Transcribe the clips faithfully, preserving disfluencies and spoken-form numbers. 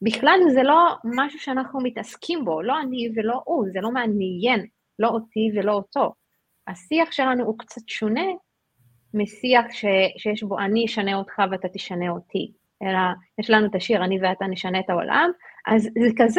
בכלל זה לא משהו שאנחנו מתעסקים בו, לא אני ולא הוא, זה לא מעניין, לא אותי ולא אותו. השיח שלנו הוא קצת שונה משיח ש, שיש בו אני אשנה אותך ואתה תשנה אותי, אלא יש לנו את השיר אני ואתה נשנה את העולם, אז זה כזה.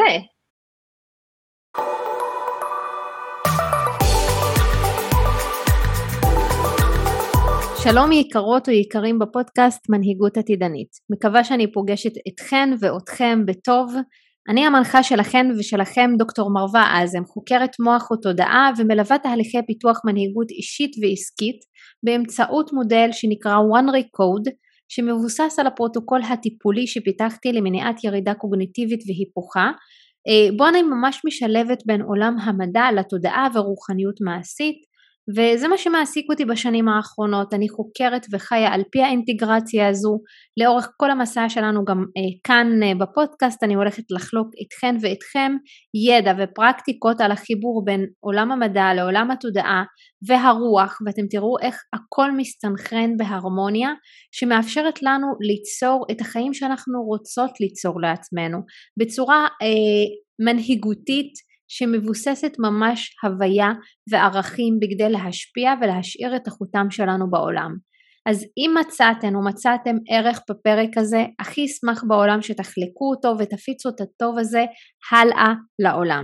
שלום יקרות או יקרים בפודקאסט מנהיגות עתידנית. מקווה שאני פוגשת אתכן ואותכם בטוב. אני המנחה שלכן ושלכם דוקטור מרווה אזם, חוקרת מוח ותודעה ומלווה תהליכי פיתוח מנהיגות אישית ועסקית באמצעות מודל שנקרא One Recode, שמבוסס על הפרוטוקול הטיפולי שפיתחתי למניעת ירידה קוגניטיבית והיפוכה, בו אני ממש משלבת בין עולם המדע לתודעה ורוחניות מעשית, וזה מה שמעסיק אותי בשנים האחרונות. אני חוקרת וחיה על פי האינטגרציה הזו לאורך כל המסע שלנו. גם אה, כאן אה, בפודקאסט אני הולכת לחלוק איתכן ואיתכם ידע ופרקטיקות על החיבור בין עולם המדע לעולם התודעה והרוח, ואתם תראו איך הכל מסתנכרן בהרמוניה שמאפשרת לנו ליצור את החיים שאנחנו רוצות ליצור לעצמנו בצורה אה, מנהיגותית שמבוססת ממש הוויה וערכים בכדי להשפיע ולהשאיר את החותם שלנו בעולם. אז אם מצאתם או מצאתם ערך בפרק הזה, הכי אשמח בעולם שתחלקו אותו ותפיצו את הטוב הזה הלאה לעולם.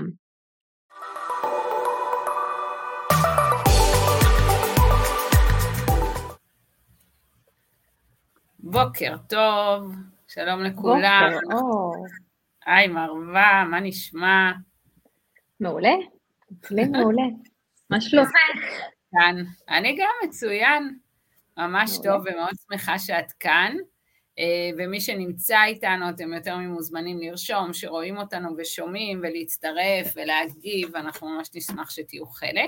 בוקר טוב, שלום לכולם. בוקר אור. היי מרווה, מה נשמע? מעולה, לי מעולה. מה שלומך? כאן, אני גם מצוין, ממש טוב ומאוד שמחה שאת כאן, ומי שנמצא איתנו אתם יותר ממוזמנים לרשום שרואים אותנו ושומעים ולהצטרף ולהגיב, אנחנו ממש נשמח שתהיו חלק.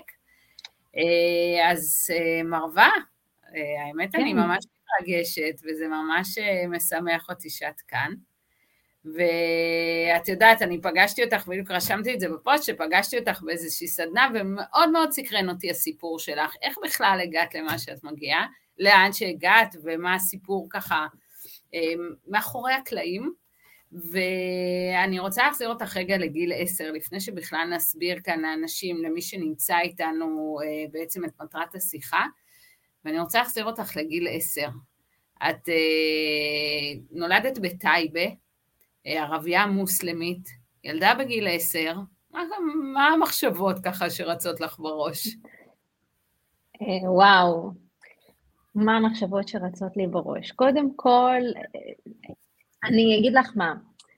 אז מרווה, האמת אני ממש מתרגשת וזה ממש משמח אותי שאת כאן. ואת יודעת, אני פגשתי אותך, בדיוק רשמתי את זה בפוסט, שפגשתי אותך באיזושהי סדנה, ומאוד מאוד סקרן אותי הסיפור שלך, איך בכלל הגעת למה שאת מגיעה, לאן שהגעת, ומה הסיפור ככה מאחורי הקלעים, ואני רוצה להחזיר אותך רגע לגיל עשר, לפני שבכלל נסביר כאן לאנשים, למי שנמצא איתנו בעצם את מטרת השיחה, ואני רוצה להחזיר אותך לגיל עשר. את נולדת בטייבה, ערבייה מוסלמית, ילדה בגיל עשר, מה, מה המחשבות ככה שרצות לך בראש? וואו, מה המחשבות שרצות לי בראש? קודם כל, אני אגיד לך מה,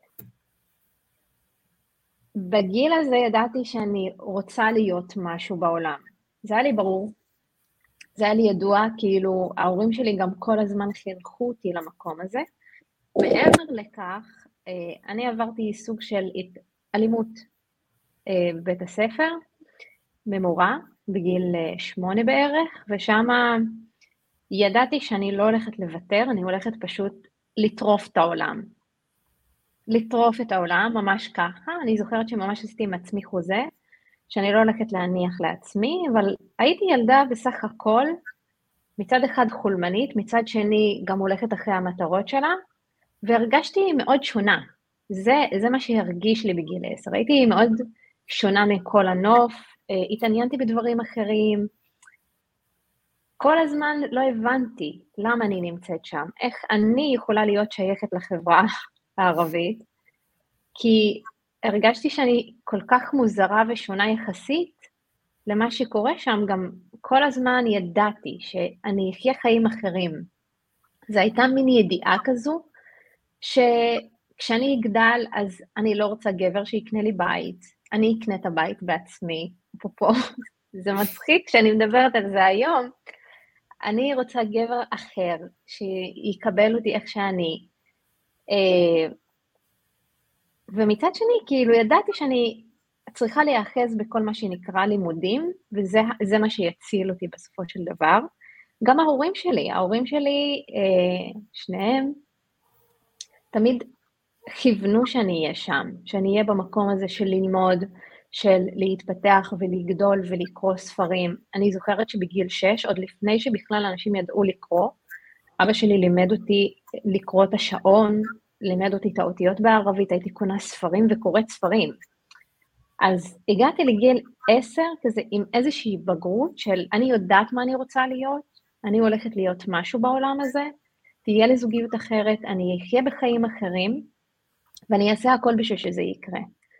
בגיל הזה ידעתי שאני רוצה להיות משהו בעולם, זה היה לי ברור, זה היה לי ידוע, כאילו ההורים שלי גם כל הזמן חינכו אותי למקום הזה, מעבר לכך, אני עברתי סוג של אלימות בבית הספר, ממורה, בגיל שמונה בערך, ושם ידעתי שאני לא הולכת לוותר, אני הולכת פשוט לטרוף את העולם. לטרוף את העולם, ממש ככה. אני זוכרת שממש עשיתי עם עצמי חוזה, שאני לא הולכת להניח לעצמי, אבל הייתי ילדה בסך הכל, מצד אחד חולמנית, מצד שני גם הולכת אחרי המטרות שלה, והרגשתי מאוד שונה, זה, זה מה שהרגיש לי בגיל עשר, הייתי מאוד שונה מכל הנוף, התעניינתי בדברים אחרים, כל הזמן לא הבנתי למה אני נמצאת שם, איך אני יכולה להיות שייכת לחברה הערבית, כי הרגשתי שאני כל כך מוזרה ושונה יחסית למה שקורה שם, גם כל הזמן ידעתי שאני אחיה חיים אחרים, זו הייתה מין ידיעה כזו, שכשאני אגדל, אז אני לא רוצה גבר שיקנה לי בית, אני אקנה את הבית בעצמי, פה פה, זה מצחיק כשאני מדברת על זה היום, אני רוצה גבר אחר, שיקבל אותי איך שאני, ומצד שני, כאילו ידעתי שאני צריכה להיאחז בכל מה שנקרא לימודים, וזה מה שיציל אותי בסופו של דבר, גם ההורים שלי, ההורים שלי, שניהם, תמיד כיוונו שאני אהיה שם, שאני אהיה במקום הזה של ללמוד, של להתפתח ולגדול ולקרוא ספרים. אני זוכרת שבגיל שש, עוד לפני שבכלל אנשים ידעו לקרוא, אבא שלי לימד אותי לקרוא את השעון, לימד אותי את האותיות בערבית, הייתי קונה ספרים וקוראת ספרים. אז הגעתי לגיל עשר, כזה עם איזושהי בגרות של אני יודעת מה אני רוצה להיות, אני הולכת להיות משהו בעולם הזה, תהיה לי זוגיות אחרת, אני אחיה בחיים אחרים, ואני אעשה הכל בשביל שזה יקרה.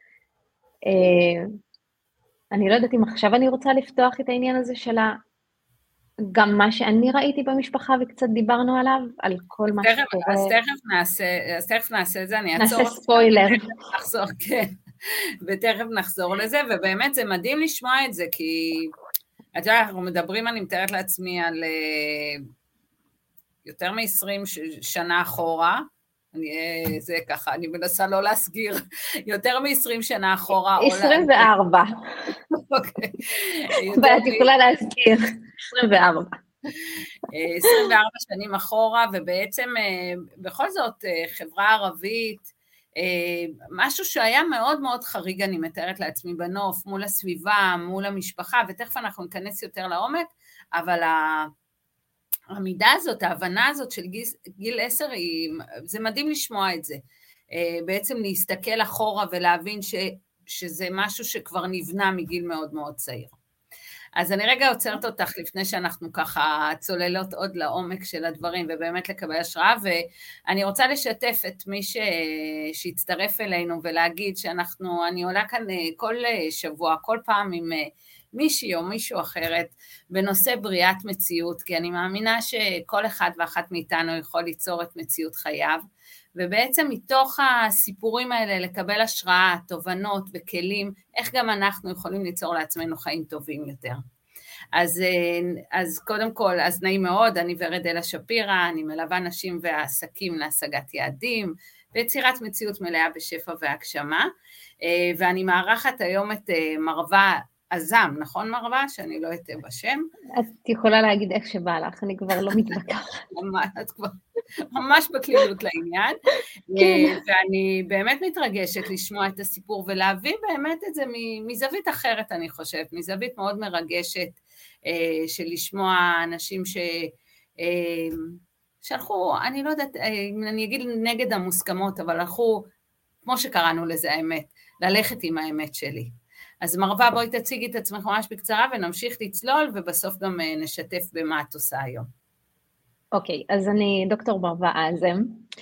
אני לא יודעת אם עכשיו אני רוצה לפתוח את העניין הזה של גם מה שאני ראיתי במשפחה וקצת דיברנו עליו, על כל מה שקורה. אז תכף נעשה, אז תכף נעשה את זה, אני אעצור. נעשה ספוילר. נחזור, כן, ותכף נחזור לזה, ובאמת זה מדהים לשמוע את זה, כי את יודעת, אנחנו מדברים, אני מתארת לעצמי על יותר מ-עשרים שנה אחורה, אני, זה ככה, אני מנסה לא להסגיר, יותר מ-עשרים שנה אחורה. עשרים וארבע. אוקיי. ואת יכולה להסגיר, עשרים וארבע. עשרים וארבע שנים אחורה, ובעצם בכל זאת חברה ערבית, משהו שהיה מאוד מאוד חריג, אני מתארת לעצמי בנוף, מול הסביבה, מול המשפחה, ותכף אנחנו ניכנס יותר לעומק, אבל העמידה הזאת, ההבנה הזאת של גיל, גיל עשר, היא, זה מדהים לשמוע את זה. בעצם להסתכל אחורה ולהבין ש, שזה משהו שכבר נבנה מגיל מאוד מאוד צעיר. אז אני רגע עוצרת אותך לפני שאנחנו ככה צוללות עוד לעומק של הדברים, ובאמת לקבל השראה, ואני רוצה לשתף את מי ש... שהצטרף אלינו ולהגיד שאנחנו, אני עולה כאן כל שבוע, כל פעם עם מישהי או מישהו אחרת, בנושא בריאת מציאות, כי אני מאמינה שכל אחד ואחת מאיתנו יכול ליצור את מציאות חייו, ובעצם מתוך הסיפורים האלה לקבל השראה, תובנות וכלים, איך גם אנחנו יכולים ליצור לעצמנו חיים טובים יותר. אז, אז קודם כל, אז נעים מאוד, אני ורד אלה שפירא, אני מלווה נשים ועסקים להשגת יעדים, ויצירת מציאות מלאה בשפע והגשמה, ואני מערכת היום את מרווה עזם, נכון מרווה? שאני לא אתן בשם. את יכולה להגיד איך שבא לך, אני כבר לא מתווכחת. את כבר ממש בקלילות לעניין, ואני באמת מתרגשת לשמוע את הסיפור, ולהביא באמת את זה מזווית אחרת, אני חושבת, מזווית מאוד מרגשת, של לשמוע אנשים ש... שהלכו, אני לא יודעת, אני אגיד נגד המוסכמות, אבל הלכו, כמו שקראנו לזה האמת, ללכת עם האמת שלי. אז מרווה, בואי תציגי את עצמך ממש בקצרה, ונמשיך לצלול, ובסוף גם נשתף במה את עושה היום. אוקיי, okay, אז אני דוקטור מרווה עזם,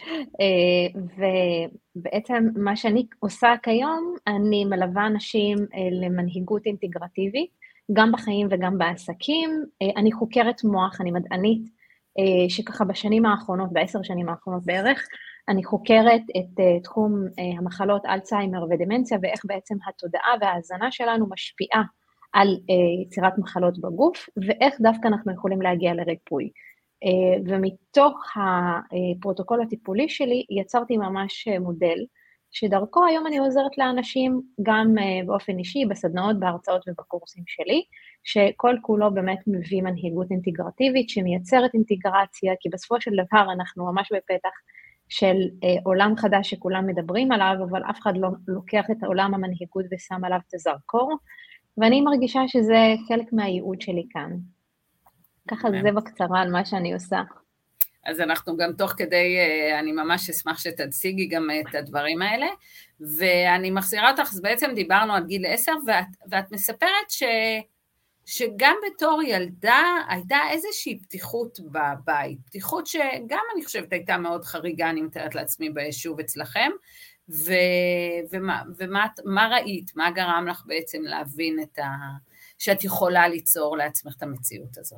ובעצם מה שאני עושה כיום, אני מלווה אנשים למנהיגות אינטגרטיבית, גם בחיים וגם בעסקים. אני חוקרת מוח, אני מדענית, שככה בשנים האחרונות, בעשר שנים האחרונות בערך, אני חוקרת את תחום המחלות אלצהיימר ודמנציה, ואיך בעצם התודעה וההזנה שלנו משפיעה על יצירת מחלות בגוף, ואיך דווקא אנחנו יכולים להגיע לריפוי. ומתוך הפרוטוקול הטיפולי שלי, יצרתי ממש מודל, שדרכו היום אני עוזרת לאנשים, גם באופן אישי, בסדנאות, בהרצאות ובקורסים שלי, שכל כולו באמת מביא מנהיגות אינטגרטיבית, שמייצרת אינטגרציה, כי בסופו של דבר אנחנו ממש בפתח של עולם חדש שכולם מדברים עליו, אבל אף אחד לא לוקח את עולם המנהיגות ושם עליו את הזרקור, ואני מרגישה שזה חלק מהייעוד שלי כאן. ככה זה בקצרה על מה שאני עושה. אז אנחנו גם תוך כדי, אני ממש אשמח שתציגי גם את הדברים האלה, ואני מחזירה אותך, אז בעצם דיברנו על גיל עשר, ואת, ואת מספרת ש, שגם בתור ילדה הייתה איזושהי פתיחות בבית, פתיחות שגם אני חושבת הייתה מאוד חריגה, אני מתארת לעצמי ביישוב אצלכם, ו, ומה, ומה מה ראית, מה גרם לך בעצם להבין את ה, שאת יכולה ליצור לעצמך את המציאות הזאת?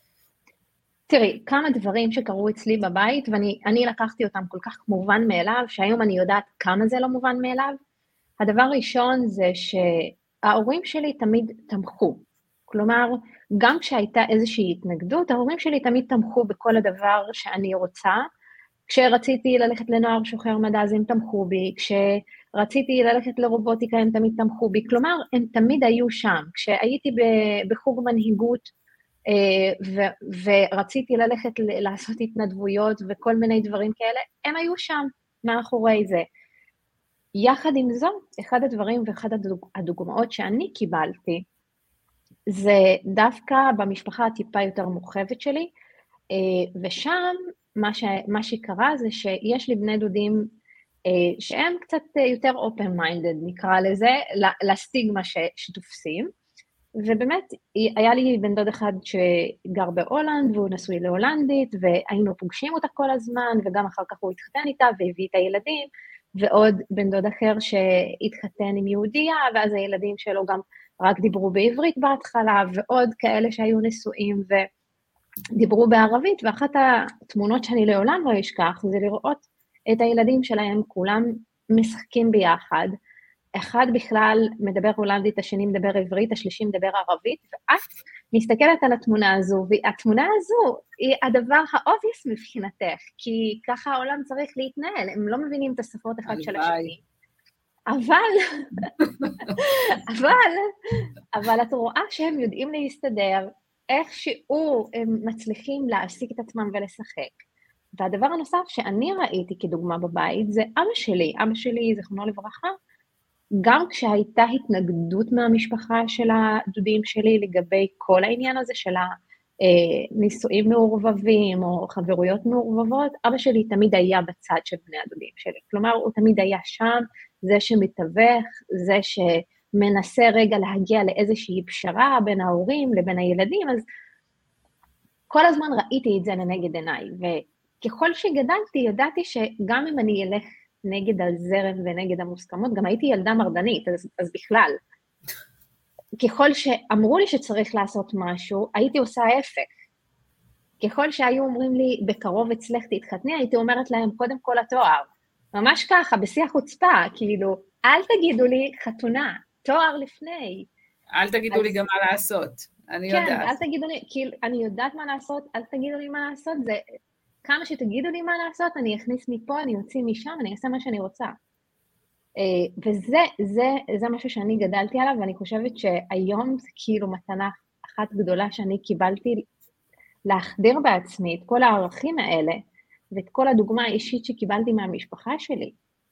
תראי, כמה דברים שקרו אצלי בבית, ואני אני לקחתי אותם כל כך מובן מאליו, שהיום אני יודעת כמה זה לא מובן מאליו. הדבר הראשון זה שההורים שלי תמיד תמכו. כלומר, גם כשהייתה איזושהי התנגדות, ההורים שלי תמיד תמכו בכל הדבר שאני רוצה. כשרציתי ללכת לנוער שוחר מדע, אז הם תמכו בי. כשרציתי ללכת לרובוטיקה, הם תמיד תמכו בי. כלומר, הם תמיד היו שם. כשהייתי בחוג מנהיגות, ו- ורציתי ללכת ל- לעשות התנדבויות וכל מיני דברים כאלה, הם היו שם מאחורי זה. יחד עם זאת, אחד הדברים ואחד הדוג- הדוגמאות שאני קיבלתי, זה דווקא במשפחה הטיפה יותר מורחבת שלי, ושם מה, ש- מה שקרה זה שיש לי בני דודים שהם קצת יותר open-minded, נקרא לזה, לסטיגמה שתופסים, ובאמת, היה לי בן דוד אחד שגר בהולנד, והוא נשוי להולנדית, והיינו פוגשים אותה כל הזמן, וגם אחר כך הוא התחתן איתה, והביא את הילדים, ועוד בן דוד אחר שהתחתן עם יהודיה, ואז הילדים שלו גם רק דיברו בעברית בהתחלה, ועוד כאלה שהיו נשואים ודיברו בערבית, ואחת התמונות שאני לעולם לא אשכח, זה לראות את הילדים שלהם, כולם משחקים ביחד, אחד בכלל מדבר הולנדית, השני מדבר עברית, השלישי מדבר ערבית, ואת מסתכלת על התמונה הזו, והתמונה הזו היא הדבר האובייס מבחינתך, כי ככה העולם צריך להתנהל, הם לא מבינים את השפות אחד של השני. אבל, אבל, אבל את רואה שהם יודעים להסתדר, איכשהו הם מצליחים להעסיק את עצמם ולשחק. והדבר הנוסף שאני ראיתי כדוגמה בבית, זה אבא שלי, אבא שלי, זכרונו לברכה, גם כשהייתה התנגדות מהמשפחה של הדודים שלי לגבי כל העניין הזה של הנישואים מעורבבים או חברויות מעורבבות, אבא שלי תמיד היה בצד של בני הדודים שלי. כלומר, הוא תמיד היה שם, זה שמתווך, זה שמנסה רגע להגיע לאיזושהי פשרה בין ההורים לבין הילדים, אז כל הזמן ראיתי את זה לנגד עיניי, וככל שגדלתי, ידעתי שגם אם אני אלך נגד הזרם ונגד המוסכמות, גם הייתי ילדה מרדנית, אז, אז בכלל. ככל שאמרו לי שצריך לעשות משהו, הייתי עושה ההפך. ככל שהיו אומרים לי, בקרוב אצלך תתחתני, הייתי אומרת להם, קודם כל התואר. ממש ככה, בשיא החוצפה, כאילו, אל תגידו לי חתונה, תואר לפני. אל תגידו אז... לי גם מה לעשות, אני כן, יודעת. כן, אל תגידו לי, כאילו, אני יודעת מה לעשות, אל תגידו לי מה לעשות, זה... כמה שתגידו לי מה לעשות, אני אכניס מפה, אני אוציא משם, אני אעשה מה שאני רוצה. וזה, זה, זה משהו שאני גדלתי עליו, ואני חושבת שהיום זה כאילו מתנה אחת גדולה שאני קיבלתי להחדיר בעצמי את כל הערכים האלה, ואת כל הדוגמה האישית שקיבלתי מהמשפחה שלי.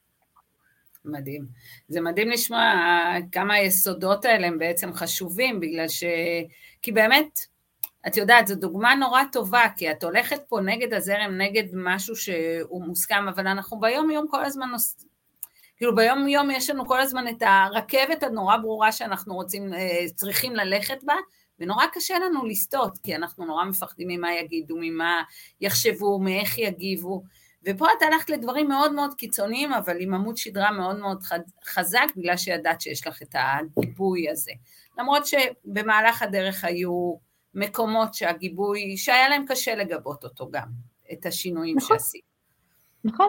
מדהים. זה מדהים לשמוע כמה היסודות האלה הם בעצם חשובים, בגלל ש... כי באמת... את יודעת, זו דוגמה נורא טובה, כי את הולכת פה נגד הזרם, נגד משהו שהוא מוסכם, אבל אנחנו ביום יום כל הזמן, נוס... כאילו ביום יום יש לנו כל הזמן את הרכבת הנורא ברורה שאנחנו רוצים, צריכים ללכת בה, ונורא קשה לנו לסטות, כי אנחנו נורא מפחדים ממה יגידו, ממה יחשבו, מאיך יגיבו, ופה את הלכת לדברים מאוד מאוד קיצוניים, אבל עם עמוד שדרה מאוד מאוד חזק, בגלל שידעת שיש לך את הגיבוי הזה. למרות שבמהלך הדרך היו מקומות שהגיבוי, שהיה להם קשה לגבות אותו גם, את השינויים נכון. שעשית. נכון.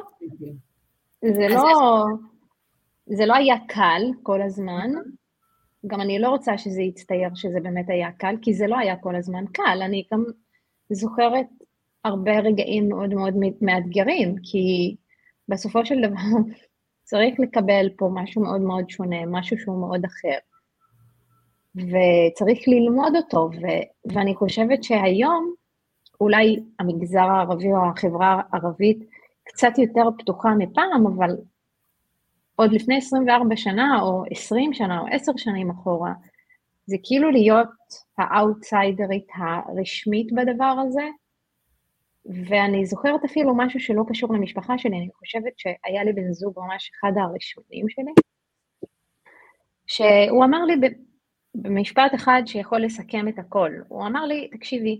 זה לא, זה לא היה קל כל הזמן, גם אני לא רוצה שזה יצטייר שזה באמת היה קל, כי זה לא היה כל הזמן קל, אני גם זוכרת הרבה רגעים מאוד מאוד מאתגרים, כי בסופו של דבר צריך לקבל פה משהו מאוד מאוד שונה, משהו שהוא מאוד אחר. וצריך ללמוד אותו, ו- ואני חושבת שהיום, אולי המגזר הערבי או החברה הערבית קצת יותר פתוחה מפעם, אבל עוד לפני עשרים וארבע שנה, או עשרים שנה, או עשר שנים אחורה, זה כאילו להיות האוטסיידרית הרשמית בדבר הזה, ואני זוכרת אפילו משהו שלא קשור למשפחה שלי, אני חושבת שהיה לי בן זוג ממש אחד הראשונים שלי, שהוא אמר לי, במשפט אחד שיכול לסכם את הכל, הוא אמר לי, תקשיבי,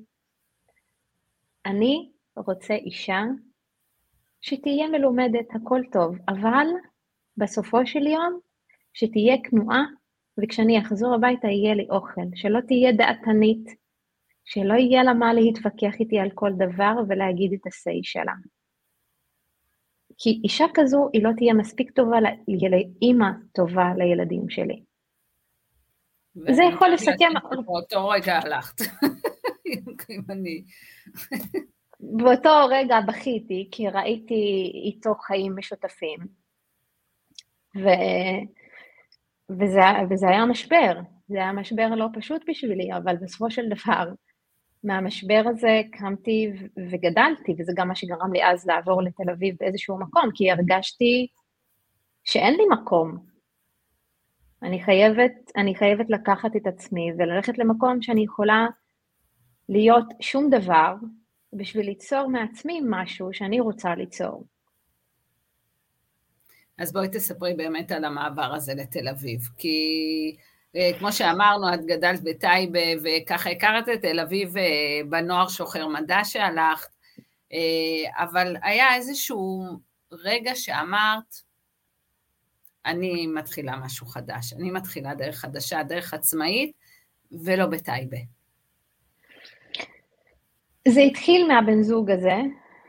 אני רוצה אישה שתהיה מלומדת, הכל טוב, אבל בסופו של יום שתהיה כנועה, וכשאני אחזור הביתה יהיה לי אוכל, שלא תהיה דעתנית, שלא יהיה לה מה להתווכח איתי על כל דבר ולהגיד את הסי שלה. כי אישה כזו היא לא תהיה מספיק טובה, לאמא טובה לילדים שלי. זה יכול לסכם... באותו רגע הלכת. אם אני... באותו רגע בכיתי, כי ראיתי איתו חיים משותפים. ו... וזה, וזה היה משבר. זה היה משבר לא פשוט בשבילי, אבל בסופו של דבר, מהמשבר הזה קמתי וגדלתי, וזה גם מה שגרם לי אז לעבור לתל אביב באיזשהו מקום, כי הרגשתי שאין לי מקום. אני חייבת, אני חייבת לקחת את עצמי וללכת למקום שאני יכולה להיות שום דבר, בשביל ליצור מעצמי משהו שאני רוצה ליצור. אז בואי תספרי באמת על המעבר הזה לתל אביב, כי כמו שאמרנו, את גדלת בטייבה, וככה הכרת את תל אביב בנוער שוחר מדע שהלכת, אבל היה איזשהו רגע שאמרת, אני מתחילה משהו חדש, אני מתחילה דרך חדשה, דרך עצמאית, ולא בטייבה. זה התחיל מהבן זוג הזה,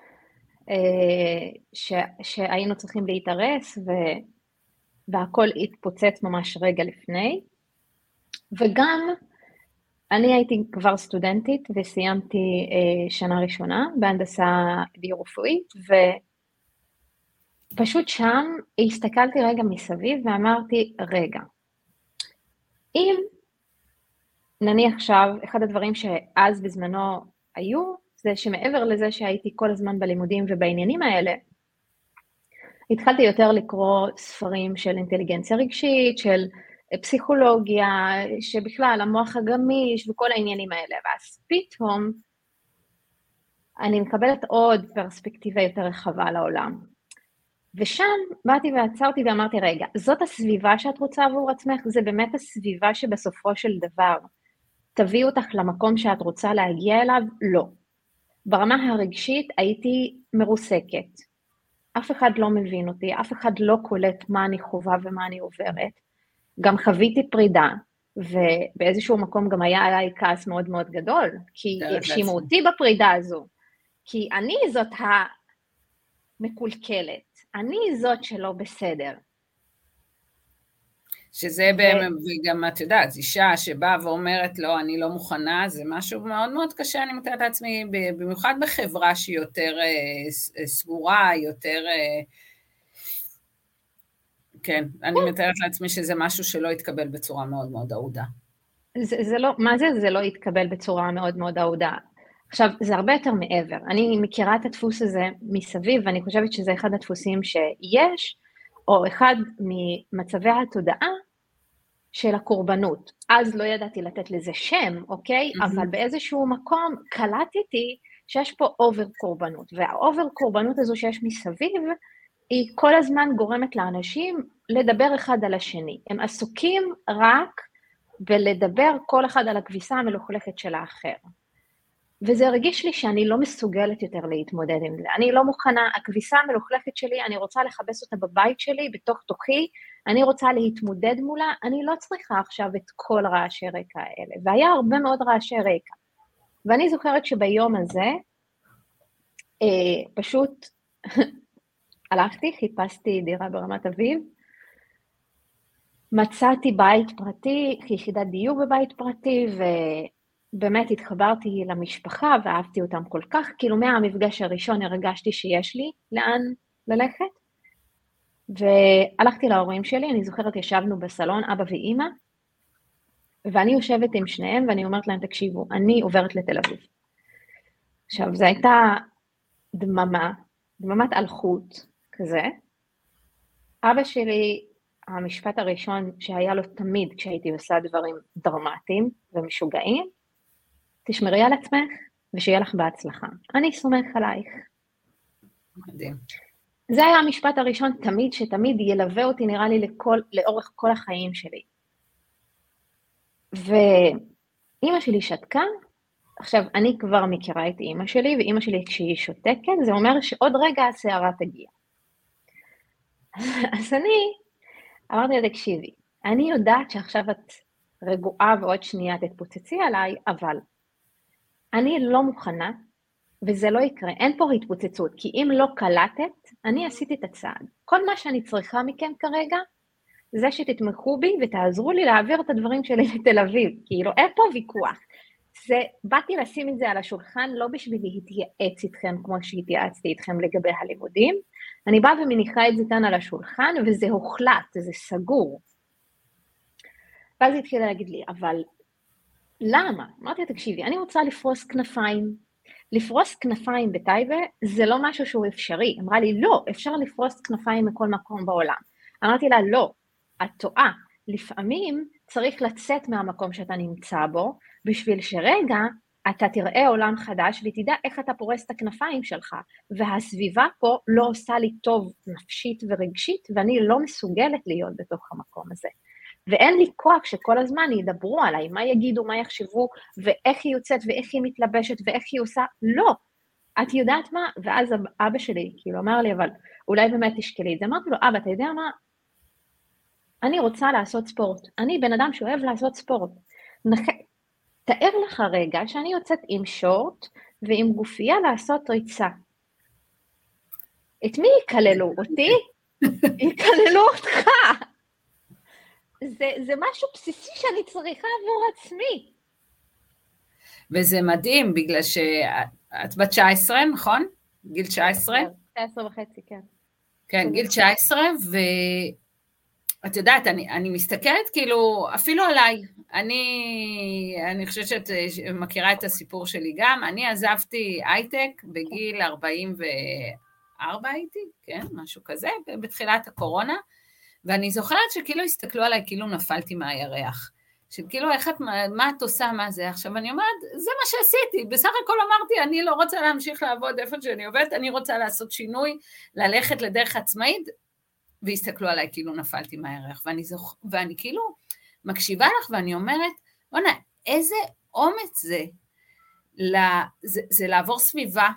ש, שהיינו צריכים להתארס, ו, והכל התפוצץ ממש רגע לפני, וגם אני הייתי כבר סטודנטית, וסיימתי שנה ראשונה בהנדסה ביו-רפואית, ופשוט שם הסתכלתי רגע מסביב, ואמרתי, רגע, אם נניח עכשיו, אחד הדברים שאז בזמנו היו, זה שמעבר לזה שהייתי כל הזמן בלימודים ובעניינים האלה, התחלתי יותר לקרוא ספרים של אינטליגנציה רגשית, של פסיכולוגיה, שבכלל המוח הגמיש וכל העניינים האלה, ואז פתאום אני מקבלת עוד פרספקטיבה יותר רחבה לעולם. ושם באתי ועצרתי ואמרתי, רגע, זאת הסביבה שאת רוצה עבור עצמך? זה באמת הסביבה שבסופו של דבר תביא אותך למקום שאת רוצה להגיע אליו? לא. ברמה הרגשית הייתי מרוסקת. אף אחד לא מבין אותי, אף אחד לא קולט מה אני חובה ומה אני עוברת. גם חוויתי פרידה, ובאיזשהו מקום גם היה עליי כעס מאוד מאוד גדול, כי האשימו אותי בפרידה הזו, כי אני זאת המקולקלת, אני זאת שלא בסדר. שזה באמת, וגם את יודעת, אישה שבאה ואומרת לא, אני לא מוכנה, זה משהו מאוד מאוד קשה, אני מתארת לעצמי, במיוחד בחברה שהיא יותר סגורה, יותר, כן, אני מתארת לעצמי שזה משהו שלא יתקבל בצורה מאוד מאוד אהודה. זה, זה לא, מה זה? זה לא יתקבל בצורה מאוד מאוד אהודה. עכשיו, זה הרבה יותר מעבר. אני מכירה את הדפוס הזה מסביב, ואני חושבת שזה אחד הדפוסים שיש, או אחד ממצבי התודעה של הקורבנות. אז לא ידעתי לתת לזה שם, אוקיי? Mm-hmm. אבל באיזשהו מקום קלטתי שיש פה אובר קורבנות, והאובר קורבנות הזו שיש מסביב, היא כל הזמן גורמת לאנשים לדבר אחד על השני. הם עסוקים רק בלדבר כל אחד על הכביסה המלוכלכת של האחר. וזה הרגיש לי שאני לא מסוגלת יותר להתמודד עם זה. אני לא מוכנה, הכביסה המלוכלכת שלי, אני רוצה לחבש אותה בבית שלי, בתוך תוכי, אני רוצה להתמודד מולה, אני לא צריכה עכשיו את כל רעשי רקע האלה. והיה הרבה מאוד רעשי רקע. ואני זוכרת שביום הזה, אה, פשוט הלכתי, חיפשתי דירה ברמת אביב, מצאתי בית פרטי, יחידת דיור בבית פרטי, ובאמת התחברתי למשפחה, ואהבתי אותם כל כך, כאילו מהמפגש הראשון הרגשתי שיש לי לאן ללכת, והלכתי להורים שלי, אני זוכרת ישבנו בסלון, אבא ואמא, ואני יושבת עם שניהם, ואני אומרת להם, תקשיבו, אני עוברת לתל אביב. עכשיו, זו הייתה דממה, דממת אלחוט כזה. אבא שלי, המשפט הראשון שהיה לו תמיד כשהייתי עושה דברים דרמטיים ומשוגעים, תשמרי על עצמך ושיהיה לך בהצלחה. אני סומך עלייך. מדהים. זה היה המשפט הראשון תמיד, שתמיד ילווה אותי נראה לי לכל, לאורך כל החיים שלי. ואמא שלי שתקה, עכשיו אני כבר מכירה את אמא שלי, ואמא שלי כשהיא שותקת, זה אומר שעוד רגע השערה תגיע. אז אני אמרתי לה, תקשיבי, אני יודעת שעכשיו את רגועה ועוד שנייה תתפוצצי עליי, אבל אני לא מוכנה, וזה לא יקרה, אין פה התפוצצות, כי אם לא קלטת, אני עשיתי את הצעד. כל מה שאני צריכה מכם כרגע, זה שתתמכו בי ותעזרו לי להעביר את הדברים שלי לתל אביב, כאילו אין פה ויכוח. זה, באתי לשים את זה על השולחן, לא בשביל להתייעץ איתכם כמו שהתייעצתי איתכם לגבי הלימודים, אני באה ומניחה את זה כאן על השולחן, וזה הוחלט, זה סגור. ואז היא התחילה להגיד לי, אבל למה? אמרתי, תקשיבי, אני רוצה לפרוס כנפיים. לפרוס כנפיים בטייבה, זה לא משהו שהוא אפשרי. אמרה לי, לא, אפשר לפרוס כנפיים מכל מקום בעולם. אמרתי לה, לא, את טועה. לפעמים צריך לצאת מהמקום שאתה נמצא בו, בשביל שרגע אתה תראה עולם חדש, ותדע איך אתה פורס את הכנפיים שלך, והסביבה פה לא עושה לי טוב נפשית ורגשית, ואני לא מסוגלת להיות בתוך המקום הזה. ואין לי כוח שכל הזמן ידברו עליי, מה יגידו, מה יחשבו, ואיך היא יוצאת, ואיך היא מתלבשת, ואיך היא עושה, לא. את יודעת מה? ואז אבא שלי, כאילו, אמר לי, אבל אולי באמת תשקלי את זה. אמרתי לו, אבא, אתה יודע מה? אני רוצה לעשות ספורט. אני בן אדם שאוהב לעשות ספורט. נח... תאר לך רגע שאני יוצאת עם שורט ועם גופייה לעשות ריצה. את מי יקללו? אותי? יקללו אותך. זה, זה משהו בסיסי שאני צריכה עבור עצמי. וזה מדהים, בגלל שאת בת תשע עשרה, נכון? גיל תשע עשרה? תשע עשרה וחצי, כן. כן, גיל תשע עשרה, ואת יודעת, אני, אני מסתכלת כאילו, אפילו עליי, אני, אני חושבת שאת מכירה את הסיפור שלי גם, אני עזבתי הייטק בגיל ארבעים וארבע הייתי, כן, משהו כזה, בתחילת הקורונה, ואני זוכרת שכאילו הסתכלו עליי, כאילו נפלתי מהירח, שכאילו איך את, מה את עושה, מה זה? עכשיו אני אומרת, זה מה שעשיתי, בסך הכל אמרתי, אני לא רוצה להמשיך לעבוד איפה שאני עובדת, אני רוצה לעשות שינוי, ללכת לדרך עצמאית, והסתכלו עליי כאילו נפלתי מהירח, ואני, זוכ... ואני כאילו מקשיבה לך, ואני אומרת, בונה, איזה אומץ זה, לה... זה, זה לעבור סביבה,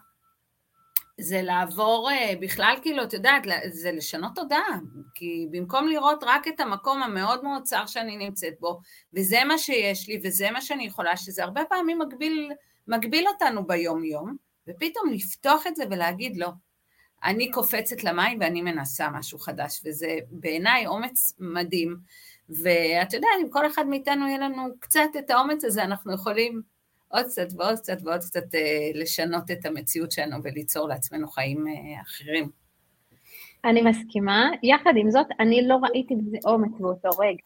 זה לעבור בכלל, כאילו, את יודעת, זה לשנות תודעה, כי במקום לראות רק את המקום המאוד מאוד צר שאני נמצאת בו, וזה מה שיש לי, וזה מה שאני יכולה, שזה הרבה פעמים מגביל, מגביל אותנו ביום יום, ופתאום לפתוח את זה ולהגיד לא, אני קופצת למים ואני מנסה משהו חדש, וזה בעיניי אומץ מדהים, ואת יודעת, אם כל אחד מאיתנו יהיה לנו קצת את האומץ הזה, אנחנו יכולים עוד קצת ועוד קצת ועוד קצת אה, לשנות את המציאות שלנו וליצור לעצמנו חיים אה, אחרים. אני מסכימה, יחד עם זאת, אני לא ראיתי בזה אומץ באותו רגע.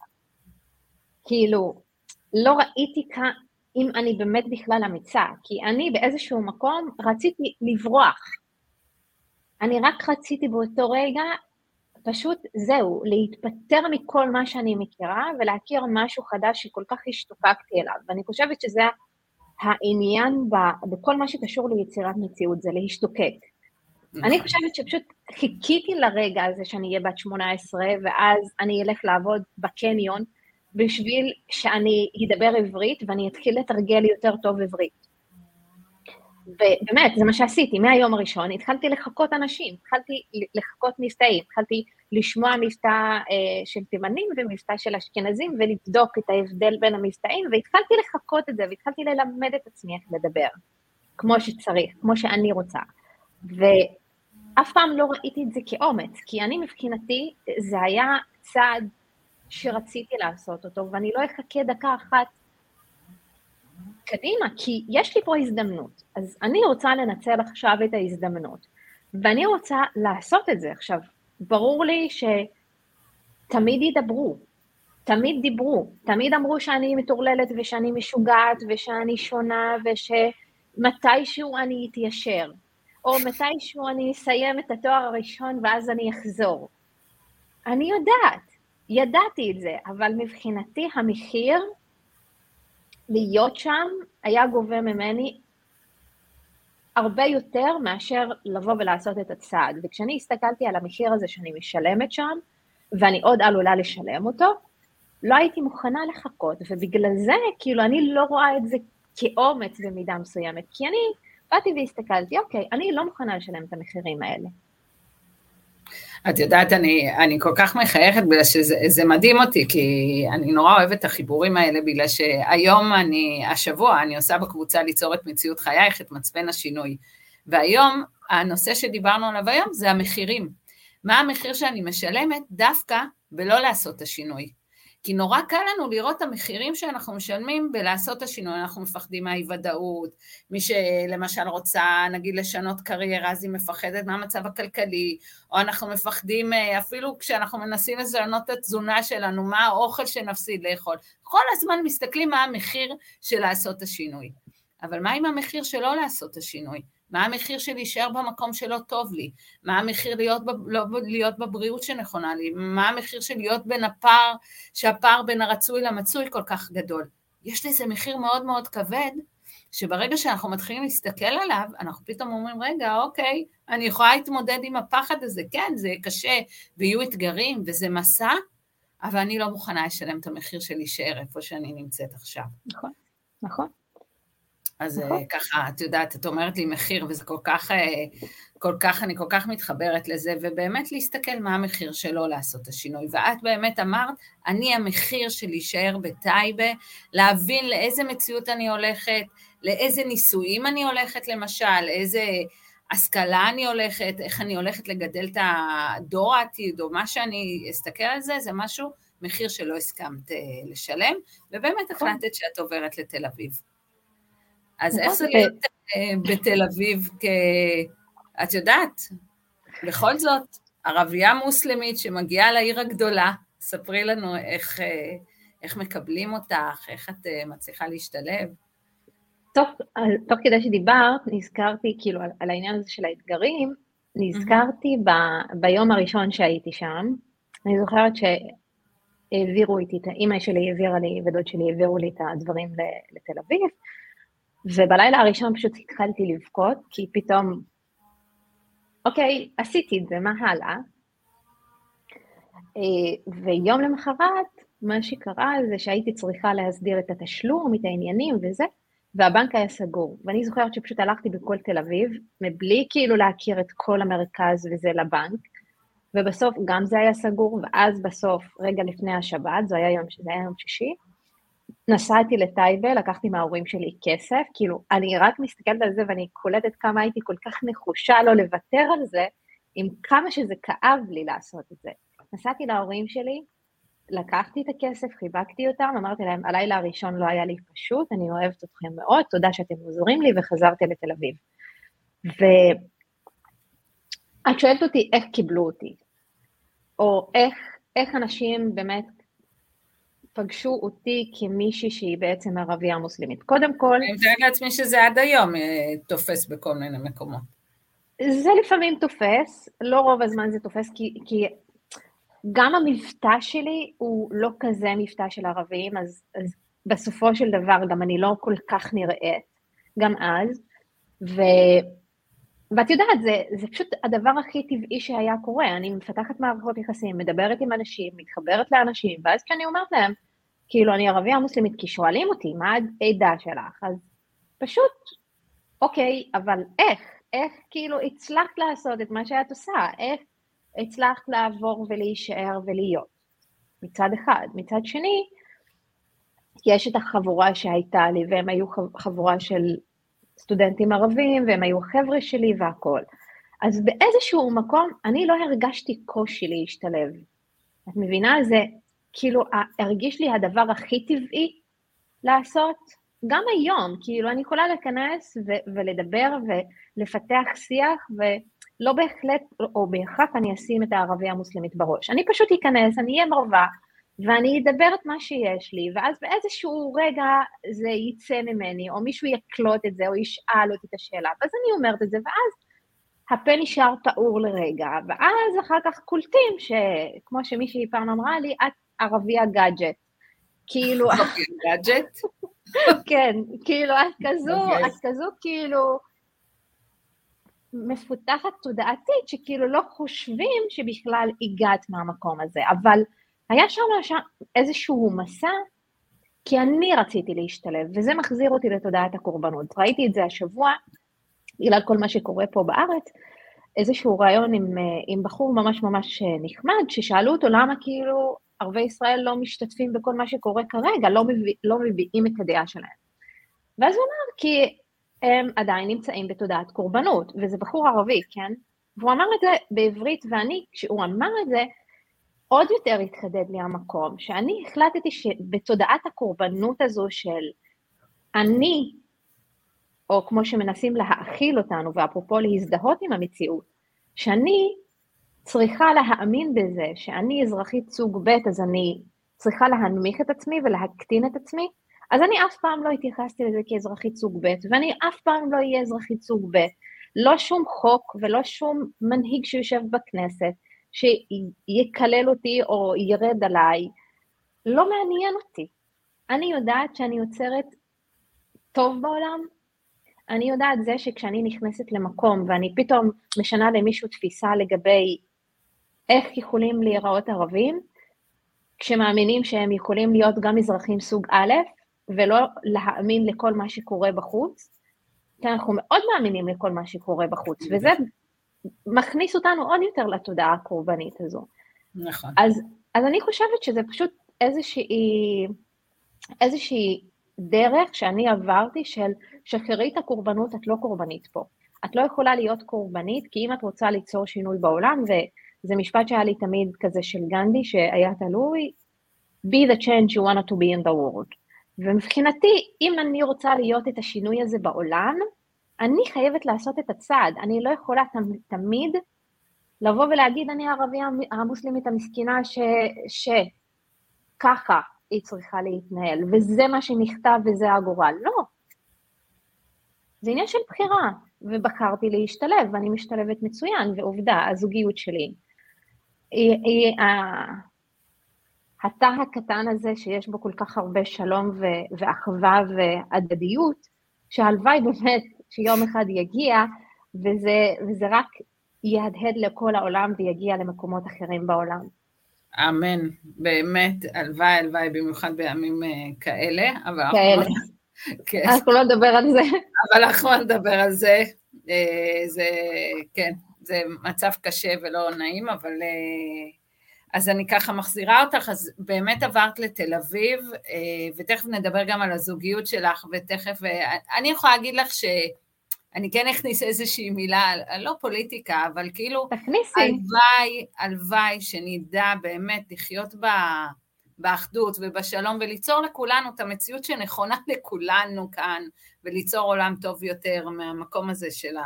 כאילו, לא ראיתי כ... אם אני באמת בכלל אמיצה, כי אני באיזשהו מקום רציתי לברוח. אני רק רציתי באותו רגע, פשוט זהו, להתפטר מכל מה שאני מכירה, ולהכיר משהו חדש שכל כך השתוקקתי אליו. ואני חושבת שזה העניין בכל מה שקשור ליצירת מציאות, זה להשתוקק. אני חושבת שפשוט חיכיתי לרגע הזה שאני אהיה בת שמונה עשרה, ואז אני אלך לעבוד בקניון, בשביל שאני אדבר עברית, ואני אתחיל לתרגל יותר טוב עברית. ובאמת, זה מה שעשיתי, מהיום הראשון, התחלתי לחכות אנשים, התחלתי לחכות מבטאים, התחלתי לשמוע מבטא אה, של תימנים ומבטא של אשכנזים, ולבדוק את ההבדל בין המבטאים, והתחלתי לחכות את זה, והתחלתי ללמד את עצמי איך לדבר, כמו שצריך, כמו שאני רוצה. ואף פעם לא ראיתי את זה כאומץ, כי אני מבחינתי, זה היה צעד שרציתי לעשות אותו, ואני לא אחכה דקה אחת קדימה, כי יש לי פה הזדמנות, אז אני רוצה לנצל עכשיו את ההזדמנות, ואני רוצה לעשות את זה. עכשיו, ברור לי שתמיד ידברו, תמיד דיברו, תמיד אמרו שאני מטורללת ושאני משוגעת ושאני שונה ושמתישהו אני אתיישר, או מתישהו אני אסיים את התואר הראשון ואז אני אחזור. אני יודעת, ידעתי את זה, אבל מבחינתי המחיר להיות שם היה גובה ממני הרבה יותר מאשר לבוא ולעשות את הצעד. וכשאני הסתכלתי על המחיר הזה שאני משלמת שם, ואני עוד עלולה לשלם אותו, לא הייתי מוכנה לחכות, ובגלל זה, כאילו, אני לא רואה את זה כאומץ במידה מסוימת, כי אני באתי והסתכלתי, אוקיי, אני לא מוכנה לשלם את המחירים האלה. את יודעת, אני, אני כל כך מחייכת, בגלל שזה מדהים אותי, כי אני נורא אוהבת את החיבורים האלה, בגלל שהיום אני, השבוע, אני עושה בקבוצה ליצור את מציאות חייך, את מצפן השינוי, והיום, הנושא שדיברנו עליו היום, זה המחירים. מה המחיר שאני משלמת? דווקא בלא לעשות את השינוי. כי נורא קל לנו לראות את המחירים שאנחנו משלמים בלעשות את השינוי, אנחנו מפחדים מהאי-ודאות, מי שלמשל רוצה, נגיד, לשנות קריירה, אז היא מפחדת מהמצב הכלכלי, או אנחנו מפחדים, אפילו כשאנחנו מנסים לשנות את התזונה שלנו, מה האוכל שנפסיד לאכול, כל הזמן מסתכלים מה המחיר של לעשות את השינוי. אבל מה עם המחיר שלא לעשות את השינוי? מה המחיר של להישאר במקום שלא טוב לי? מה המחיר להיות, לא, להיות בבריאות שנכונה לי? מה המחיר של להיות בין הפער, שהפער בין הרצוי למצוי כל כך גדול? יש לזה מחיר מאוד מאוד כבד, שברגע שאנחנו מתחילים להסתכל עליו, אנחנו פתאום אומרים, רגע, אוקיי, אני יכולה להתמודד עם הפחד הזה, כן, זה קשה, ויהיו אתגרים, וזה מסע, אבל אני לא מוכנה לשלם את המחיר של להישאר איפה שאני נמצאת עכשיו. נכון, נכון. אז נכון. ככה, את יודעת, את אומרת לי מחיר, וזה כל כך, כל כך, אני כל כך מתחברת לזה, ובאמת להסתכל מה המחיר שלו לעשות את השינוי. ואת באמת אמרת, אני המחיר של להישאר בטייבה, להבין לאיזה מציאות אני הולכת, לאיזה ניסויים אני הולכת למשל, לאיזה השכלה אני הולכת, איך אני הולכת לגדל את הדור העתיד, או מה שאני אסתכל על זה, זה משהו, מחיר שלא הסכמת לשלם, ובאמת החלטת שאת עוברת לתל אביב. אז איך זה להיות בתל אביב, את יודעת, בכל זאת, ערבייה מוסלמית שמגיעה לעיר הגדולה, ספרי לנו איך, איך מקבלים אותך, איך את מצליחה להשתלב. תוך, תוך כדי שדיברת, נזכרתי כאילו על, על העניין הזה של האתגרים, נזכרתי ב, ביום הראשון שהייתי שם, אני זוכרת שהעבירו איתי, אמא שלי העבירה לי ודוד שלי העבירו לי את הדברים לתל אביב, ובלילה הראשון פשוט התחלתי לבכות, כי פתאום, אוקיי, עשיתי את זה, מה הלאה? ויום למחרת, מה שקרה זה שהייתי צריכה להסדיר את התשלום, את העניינים וזה, והבנק היה סגור. ואני זוכרת שפשוט הלכתי בכל תל אביב, מבלי כאילו להכיר את כל המרכז וזה לבנק, ובסוף גם זה היה סגור, ואז בסוף, רגע לפני השבת, זה היה יום, זה היה יום שישי, נסעתי לטייבה, לקחתי מההורים שלי כסף, כאילו, אני רק מסתכלת על זה, ואני קולטת כמה הייתי כל כך נחושה לא לוותר על זה, עם כמה שזה כאב לי לעשות את זה. נסעתי להורים שלי, לקחתי את הכסף, חיבקתי אותם, אמרתי להם, הלילה הראשון לא היה לי פשוט, אני אוהבת אתכם מאוד, תודה שאתם עוזרים לי, וחזרתי לתל אביב. ואת שואלת אותי, איך קיבלו אותי? או איך, איך אנשים באמת, פגשו אותי כמישהי שהיא בעצם ערבייה מוסלמית. קודם כל... אני מתארת לעצמי שזה עד היום תופס בכל מיני מקומות. זה לפעמים תופס, לא רוב הזמן זה תופס, כי, כי גם המבטא שלי הוא לא כזה מבטא של ערבים, אז, אז בסופו של דבר גם אני לא כל כך נראית, גם אז, ו... ואת יודעת, זה, זה פשוט הדבר הכי טבעי שהיה קורה, אני מפתחת מערכות יחסים, מדברת עם אנשים, מתחברת לאנשים, ואז כשאני אומרת להם, כאילו אני ערבייה מוסלמית, כי שואלים אותי, מה העדה שלך? אז פשוט, אוקיי, אבל איך? איך כאילו הצלחת לעשות את מה שאת עושה? איך הצלחת לעבור ולהישאר ולהיות? מצד אחד. מצד שני, יש את החבורה שהייתה לי, והם היו חבורה של סטודנטים ערבים, והם היו חבר'ה שלי והכל. אז באיזשהו מקום, אני לא הרגשתי קושי להשתלב. את מבינה? זה כאילו, הרגיש לי הדבר הכי טבעי לעשות, גם היום, כאילו, אני יכולה להיכנס ו- ולדבר ולפתח שיח, ולא בהחלט, או בהכרח אני אשים את הערבייה המוסלמית בראש. אני פשוט אכנס, אני אהיה מרווה, ואני אדבר את מה שיש לי, ואז באיזשהו רגע זה יצא ממני, או מישהו יקלוט את זה, או ישאל אותי את השאלה, אז אני אומרת את זה, ואז הפה נשאר פעור לרגע, ואז אחר כך קולטים, שכמו שמישהי פעם אמרה לי, את ערבייה גאדג'ט. כאילו... גאדג'ט? כן, כאילו, את כזו, את כזו כאילו מפותחת תודעתית, שכאילו לא חושבים שבכלל הגעת מהמקום הזה, אבל היה שם איזשהו מסע, כי אני רציתי להשתלב, וזה מחזיר אותי לתודעת הקורבנות. ראיתי את זה השבוע, בגלל כל מה שקורה פה בארץ, איזשהו רעיון עם, עם בחור ממש ממש נחמד, ששאלו אותו למה כאילו ערבי ישראל לא משתתפים בכל מה שקורה כרגע, לא, מביא, לא מביאים את הדעה שלהם. ואז הוא אמר, כי הם עדיין נמצאים בתודעת קורבנות, וזה בחור ערבי, כן? והוא אמר את זה בעברית, ואני, כשהוא אמר את זה, עוד יותר התחדד לי המקום, שאני החלטתי שבתודעת הקורבנות הזו של אני, או כמו שמנסים להאכיל אותנו, ואפרופו להזדהות עם המציאות, שאני צריכה להאמין בזה, שאני אזרחית סוג ב', אז אני צריכה להנמיך את עצמי ולהקטין את עצמי, אז אני אף פעם לא התייחסתי לזה כאזרחית סוג ב', ואני אף פעם לא אהיה אזרחית סוג ב', לא שום חוק ולא שום מנהיג שיושב בכנסת, שיקלל אותי או ירד עליי, לא מעניין אותי. אני יודעת שאני יוצרת טוב בעולם, אני יודעת זה שכשאני נכנסת למקום, ואני פתאום משנה למישהו תפיסה לגבי איך יכולים להיראות ערבים, כשמאמינים שהם יכולים להיות גם אזרחים סוג א', ולא להאמין לכל מה שקורה בחוץ, כי אנחנו מאוד מאמינים לכל מה שקורה בחוץ, וזה מכניס אותנו עוד יותר לתודעה הקורבנית הזו. נכון. אז, אז אני חושבת שזה פשוט איזושהי, איזושהי דרך שאני עברתי של שחררי את הקורבנות, את לא קורבנית פה. את לא יכולה להיות קורבנית, כי אם את רוצה ליצור שינוי בעולם, וזה משפט שהיה לי תמיד כזה של גנדי, שהיה תלוי, be the change you want to be in the world. ומבחינתי, אם אני רוצה להיות את השינוי הזה בעולם, אני חייבת לעשות את הצעד. אני לא יכולה תמיד לבוא ולהגיד, אני הערבי המוסלמית המסכינה ש... שככה היא צריכה להתנהל, וזה מה שנכתב וזה הגורל. לא. זה עניין של בחירה, ובחרתי להשתלב, ואני משתלבת מצוין, ועובדה, הזוגיות שלי. היא, היא, התא הקטן הזה שיש בו כל כך הרבה שלום ו- ואחווה והדדיות, שהלוואי באמת שיום אחד יגיע, וזה, וזה רק יהדהד לכל העולם ויגיע למקומות אחרים בעולם. אמן, באמת, הלוואי, הלוואי, במיוחד בימים כאלה, אבל כאלה. אנחנו, כן. אנחנו לא נדבר על זה. אבל אנחנו לא נדבר על זה, זה, כן, זה מצב קשה ולא נעים, אבל... אז אני ככה מחזירה אותך, אז באמת עברת לתל אביב, ותכף נדבר גם על הזוגיות שלך, ותכף, אני יכולה להגיד לך שאני כן אכניס איזושהי מילה, לא פוליטיקה, אבל כאילו, הלוואי, הלוואי שנדע באמת לחיות באחדות ובשלום, וליצור לכולנו את המציאות שנכונה לכולנו כאן, וליצור עולם טוב יותר מהמקום הזה של, ה...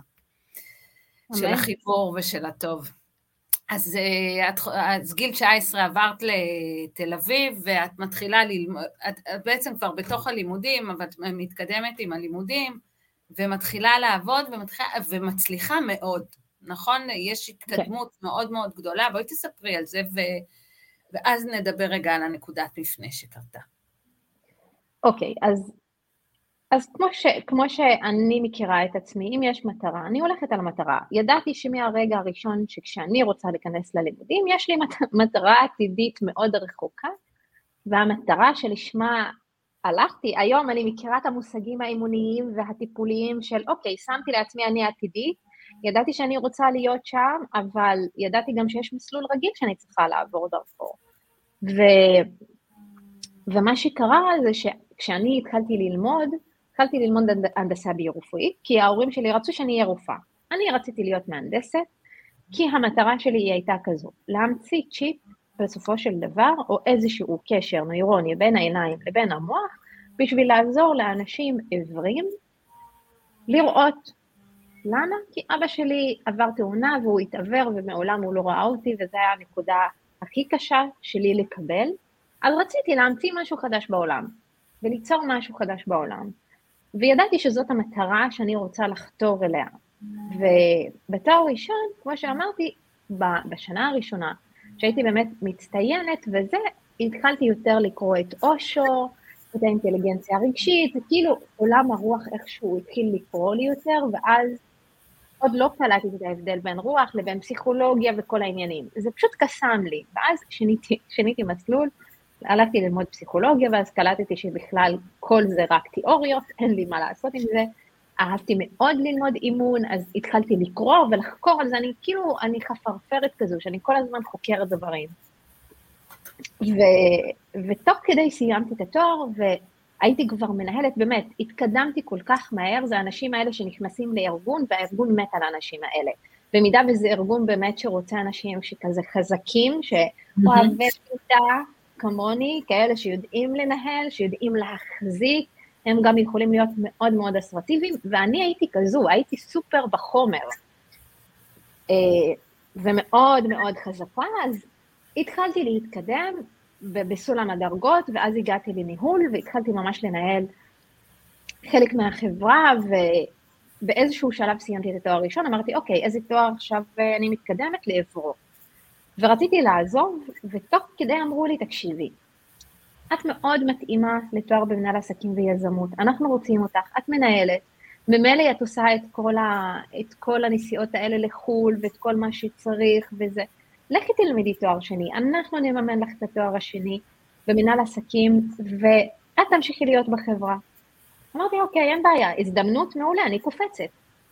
של החיבור ושל הטוב. אז, אז גיל תשע עשרה עברת לתל אביב, ואת מתחילה ללמוד, את, את בעצם כבר בתוך הלימודים, אבל את מתקדמת עם הלימודים, ומתחילה לעבוד, ומתחילה, ומצליחה מאוד, נכון? יש התקדמות okay. מאוד מאוד גדולה, בואי תספרי על זה, ו, ואז נדבר רגע על הנקודת מפנה שקרתה. אוקיי, okay, אז... אז כמו, ש, כמו שאני מכירה את עצמי, אם יש מטרה, אני הולכת על המטרה. ידעתי שמהרגע הראשון שכשאני רוצה להיכנס ללימודים, יש לי מטרה עתידית מאוד רחוקה, והמטרה שלשמה הלכתי, היום אני מכירה את המושגים האימוניים והטיפוליים של, אוקיי, שמתי לעצמי אני עתידית, ידעתי שאני רוצה להיות שם, אבל ידעתי גם שיש מסלול רגיל שאני צריכה לעבור דרכו. ו, ומה שקרה זה שכשאני התחלתי ללמוד, התחלתי ללמוד הנדסה ביו-רפואית, כי ההורים שלי רצו שאני אהיה רופאה. אני רציתי להיות מהנדסת, כי המטרה שלי היא הייתה כזו, להמציא צ'יפ בסופו של דבר, או איזשהו קשר נוירוני בין העיניים לבין המוח, בשביל לעזור לאנשים עיוורים לראות. למה? כי אבא שלי עבר תאונה והוא התעבר ומעולם הוא לא ראה אותי, וזו הייתה הנקודה הכי קשה שלי לקבל, אז רציתי להמציא משהו חדש בעולם, וליצור משהו חדש בעולם. וידעתי שזאת המטרה שאני רוצה לחתור אליה. ובתואר ראשון, כמו שאמרתי, בשנה הראשונה, שהייתי באמת מצטיינת, וזה, התחלתי יותר לקרוא את אושו, את האינטליגנציה הרגשית, וכאילו עולם הרוח איכשהו התחיל לקרוא לי יותר, ואז עוד לא קלטתי את ההבדל בין רוח לבין פסיכולוגיה וכל העניינים. זה פשוט קסם לי, ואז שיניתי, שיניתי מסלול, הלכתי ללמוד פסיכולוגיה, ואז קלטתי שבכלל כל זה רק תיאוריות, אין לי מה לעשות עם זה. אהבתי מאוד ללמוד אימון, אז התחלתי לקרוא ולחקור על זה, אני כאילו, אני חפרפרת כזו, שאני כל הזמן חוקרת דברים. ו, ותוך כדי סיימתי את התואר, והייתי כבר מנהלת, באמת, התקדמתי כל כך מהר, זה האנשים האלה שנכנסים לארגון, והארגון מת על האנשים האלה. במידה וזה ארגון באמת שרוצה אנשים שכזה חזקים, שאוהבים איתה, כמוני, כאלה שיודעים לנהל, שיודעים להחזיק, הם גם יכולים להיות מאוד מאוד אסרטיביים, ואני הייתי כזו, הייתי סופר בחומר, ומאוד מאוד חזקה, אז התחלתי להתקדם בסולם הדרגות, ואז הגעתי לניהול, והתחלתי ממש לנהל חלק מהחברה, ובאיזשהו שלב סיימתי את התואר הראשון, אמרתי, אוקיי, איזה תואר עכשיו אני מתקדמת לעברו. ורציתי לעזוב, ותוך כדי אמרו לי, תקשיבי, את מאוד מתאימה לתואר במנהל עסקים ויזמות, אנחנו רוצים אותך, את מנהלת, ממילא את עושה את כל, ה, את כל הנסיעות האלה לחול, ואת כל מה שצריך וזה. לכי תלמדי תואר שני, אנחנו נממן לך את התואר השני, במנהל עסקים, ואת תמשיכי להיות בחברה. אמרתי, אוקיי, אין בעיה, הזדמנות מעולה, אני קופצת.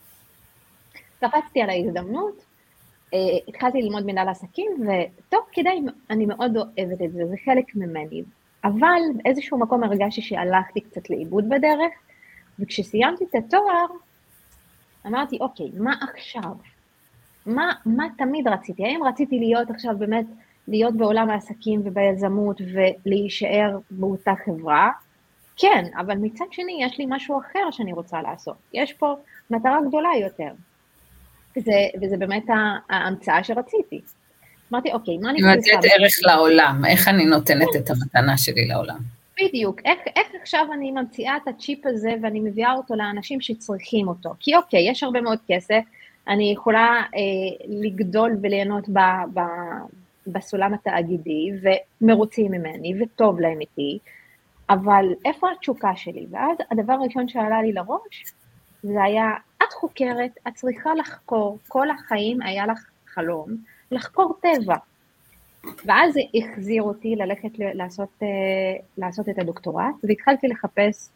קפצתי על ההזדמנות, התחלתי ללמוד מנהל עסקים, ותוך כדי אני מאוד אוהבת את זה, זה חלק ממני. אבל באיזשהו מקום הרגשתי שהלכתי קצת לאיבוד בדרך, וכשסיימתי את התואר, אמרתי, אוקיי, מה עכשיו? מה, מה תמיד רציתי? האם רציתי להיות עכשיו באמת, להיות בעולם העסקים וביזמות, ולהישאר באותה חברה? כן, אבל מצד שני, יש לי משהו אחר שאני רוצה לעשות. יש פה מטרה גדולה יותר. וזה, וזה באמת ההמצאה שרציתי. אמרתי, אוקיי, מה אני צריכה? לתת ערך לעולם, איך אני נותנת את המתנה שלי לעולם? בדיוק, איך, איך עכשיו אני ממציאה את הצ'יפ הזה, ואני מביאה אותו לאנשים שצריכים אותו. כי אוקיי, יש הרבה מאוד כסף, אני יכולה אה, לגדול וליהנות ב, ב, בסולם התאגידי, ומרוצים ממני, וטוב להם איתי, אבל איפה התשוקה שלי? ואז הדבר הראשון שעלה לי לראש, זה היה, את חוקרת, את צריכה לחקור, כל החיים היה לך חלום, לחקור טבע. ואז זה החזיר אותי ללכת לעשות, לעשות את הדוקטורט, והתחלתי לחפש,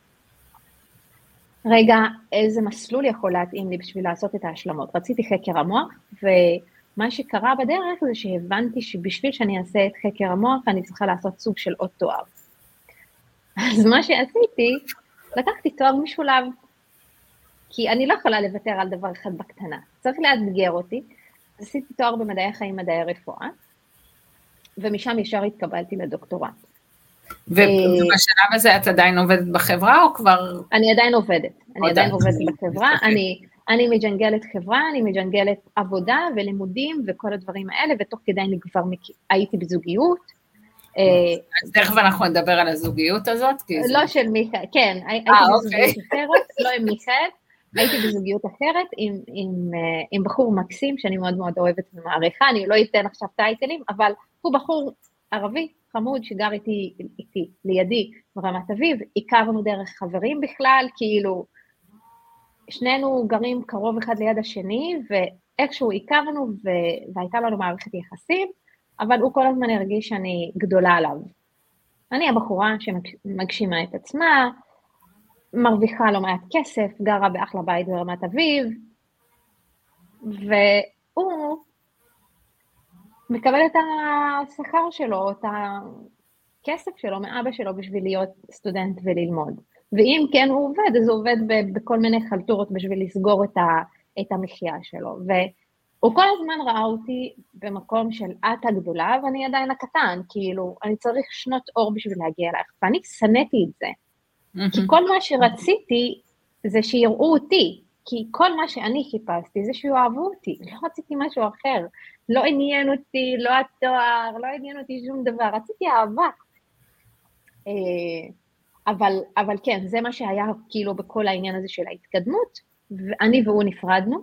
רגע, איזה מסלול יכול להתאים לי בשביל לעשות את ההשלמות. רציתי חקר המוח, ומה שקרה בדרך זה שהבנתי שבשביל שאני אעשה את חקר המוח, אני צריכה לעשות סוג של עוד תואר. אז מה שעשיתי, לקחתי תואר משולב, כי אני לא יכולה לוותר על דבר אחד בקטנה. צריך לאתגר אותי. עשיתי תואר במדעי החיים, מדעי רפואה, ומשם ישר התקבלתי לדוקטורט. ובשלב הזה את עדיין עובדת בחברה, או כבר... אני עדיין עובדת. אני עדיין עובדת בחברה. אני, אני מג'נגלת חברה, אני מג'נגלת עבודה ולימודים וכל הדברים האלה, ותוך כדי אני כבר הייתי בזוגיות. אז תכף אנחנו נדבר על הזוגיות הזאת. לא של מיכאל, כן, הייתי בזוגיות אחרת, לא עם מיכאל, הייתי בזוגיות אחרת עם, עם, עם בחור מקסים, שאני מאוד מאוד אוהבת ומעריכה, אני לא אתן עכשיו טייטלים, אבל הוא בחור ערבי, חמוד, שגר איתי, איתי לידי ברמת אביב, הכרנו דרך חברים בכלל, כאילו, שנינו גרים קרוב אחד ליד השני, ואיכשהו הכרנו, והייתה לנו מערכת יחסים, אבל הוא כל הזמן הרגיש שאני גדולה עליו. אני הבחורה שמגשימה את עצמה, מרוויחה לא מעט כסף, גרה באחלה בית ברמת אביב, והוא מקבל את השכר שלו, את הכסף שלו מאבא שלו בשביל להיות סטודנט וללמוד. ואם כן הוא עובד, אז הוא עובד בכל מיני חלטורות בשביל לסגור את, ה, את המחיה שלו. והוא כל הזמן ראה אותי במקום של את הגדולה, ואני עדיין הקטן, כאילו, אני צריך שנות אור בשביל להגיע אליך, ואני שנאתי את זה. כי כל מה שרציתי זה שיראו אותי, כי כל מה שאני חיפשתי זה שיאהבו אותי, לא רציתי משהו אחר, לא עניין אותי, לא התואר, לא עניין אותי שום דבר, רציתי אהבה. אבל, אבל כן, זה מה שהיה כאילו בכל העניין הזה של ההתקדמות, ואני והוא נפרדנו,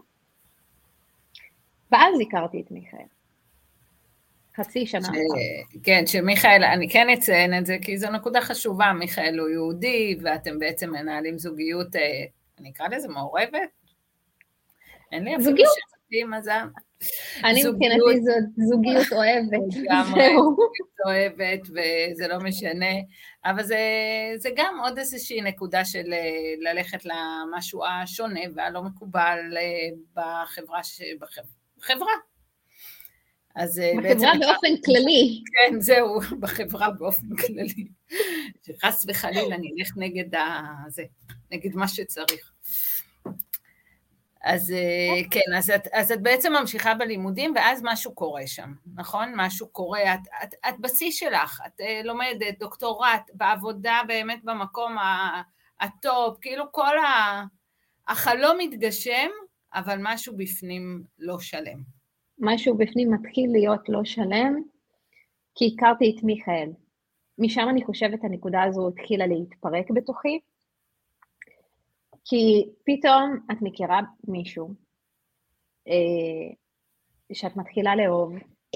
ואז הכרתי את מיכאל. חצי שנה. ש... כן, שמיכאל, אני כן אציין את זה, כי זו נקודה חשובה, מיכאל הוא יהודי, ואתם בעצם מנהלים זוגיות, אני אקרא לזה מעורבת? אין לי אפילו שצאתי מה זה. אני מבחינתי זאת זוגיות אוהבת. זוגיות אוהבת, וזה לא משנה, אבל זה, זה גם עוד איזושהי נקודה של ללכת למשהו השונה, והלא מקובל בחברה, בחברה. אז בחברה באופן כללי. כן, זהו, בחברה באופן כללי. שחס וחלילה נלך נגד הזה, נגד מה שצריך. אז כן, אז את, אז את בעצם ממשיכה בלימודים, ואז משהו קורה שם, נכון? משהו קורה, את, את, את בשיא שלך, את לומדת דוקטורט בעבודה באמת במקום הטופ, כאילו כל החלום מתגשם, אבל משהו בפנים לא שלם. משהו בפנים מתחיל להיות לא שלם, כי הכרתי את מיכאל. משם אני חושבת הנקודה הזו התחילה להתפרק בתוכי, כי פתאום את מכירה מישהו, אה, שאת מתחילה לאהוב,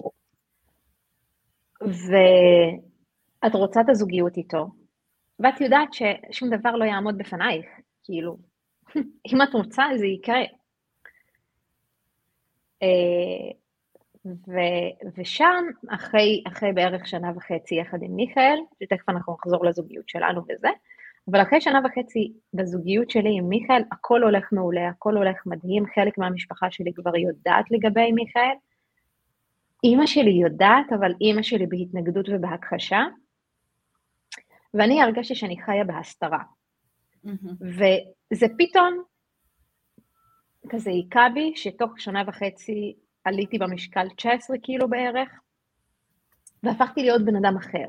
ואת רוצה את הזוגיות איתו, ואת יודעת ששום דבר לא יעמוד בפנייך, כאילו, אם את רוצה, זה יקרה. ו- ושם, אחרי, אחרי בערך שנה וחצי יחד עם מיכאל, שתכף אנחנו נחזור לזוגיות שלנו וזה, אבל אחרי שנה וחצי בזוגיות שלי עם מיכאל, הכל הולך מעולה, הכל הולך מדהים, חלק מהמשפחה שלי כבר יודעת לגבי מיכאל, אמא שלי יודעת, אבל אמא שלי בהתנגדות ובהכחשה, ואני הרגשתי שאני חיה בהסתרה. Mm-hmm. וזה פתאום כזה היכה בי, שתוך שנה וחצי עליתי במשקל תשע עשרה קילו בערך, והפכתי להיות בן אדם אחר.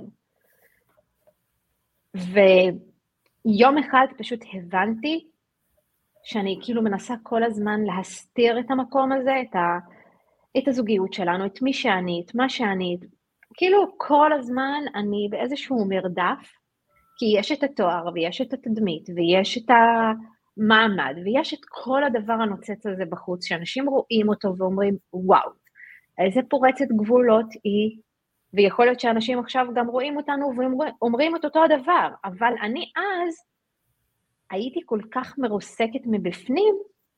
ויום אחד פשוט הבנתי שאני כאילו מנסה כל הזמן להסתיר את המקום הזה, את, ה, את הזוגיות שלנו, את מי שאני, את מה שאני, כאילו כל הזמן אני באיזשהו מרדף, כי יש את התואר ויש את התדמית ויש את המעמד ויש את כל הדבר הנוצץ הזה בחוץ, שאנשים רואים אותו ואומרים, וואו, איזה פורצת גבולות היא, ויכול להיות שאנשים עכשיו גם רואים אותנו ואומרים את אותו הדבר, אבל אני אז הייתי כל כך מרוסקת מבפנים,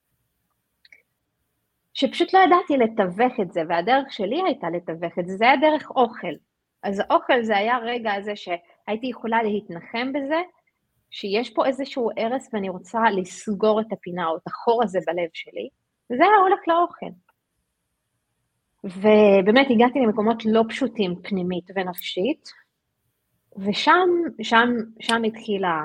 שפשוט לא ידעתי לתווך את זה, והדרך שלי הייתה לתווך את זה, זה היה דרך אוכל. אז האוכל זה היה רגע הזה שהייתי יכולה להתנחם בזה, שיש פה איזשהו ערס ואני רוצה לסגור את הפינה או את החור הזה בלב שלי, וזה היה הולך לאוכל. ובאמת הגעתי למקומות לא פשוטים פנימית ונפשית, ושם שם, שם התחילה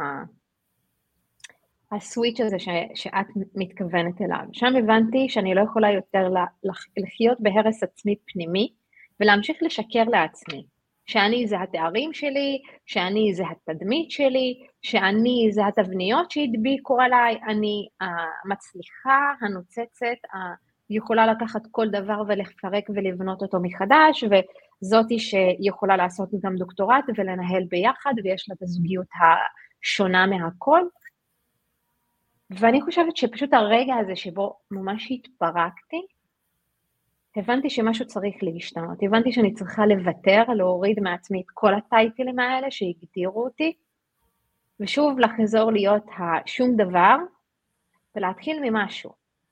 הסוויץ' הזה ש, שאת מתכוונת אליו. שם הבנתי שאני לא יכולה יותר לחיות בהרס עצמי פנימי, ולהמשיך לשקר לעצמי. שאני זה התארים שלי, שאני זה התדמית שלי, שאני זה התבניות שהדביקו עליי, אני המצליחה, הנוצצת, יכולה לקחת כל דבר ולפרק ולבנות אותו מחדש, וזאתי שיכולה לעשות גם דוקטורט ולנהל ביחד, ויש לה את הזוגיות השונה מהכל. ואני חושבת שפשוט הרגע הזה שבו ממש התפרקתי, הבנתי שמשהו צריך להשתנות, הבנתי שאני צריכה לוותר, להוריד מעצמי את כל הטייטלים האלה שהגדירו אותי, ושוב לחזור להיות השום דבר, ולהתחיל ממשהו.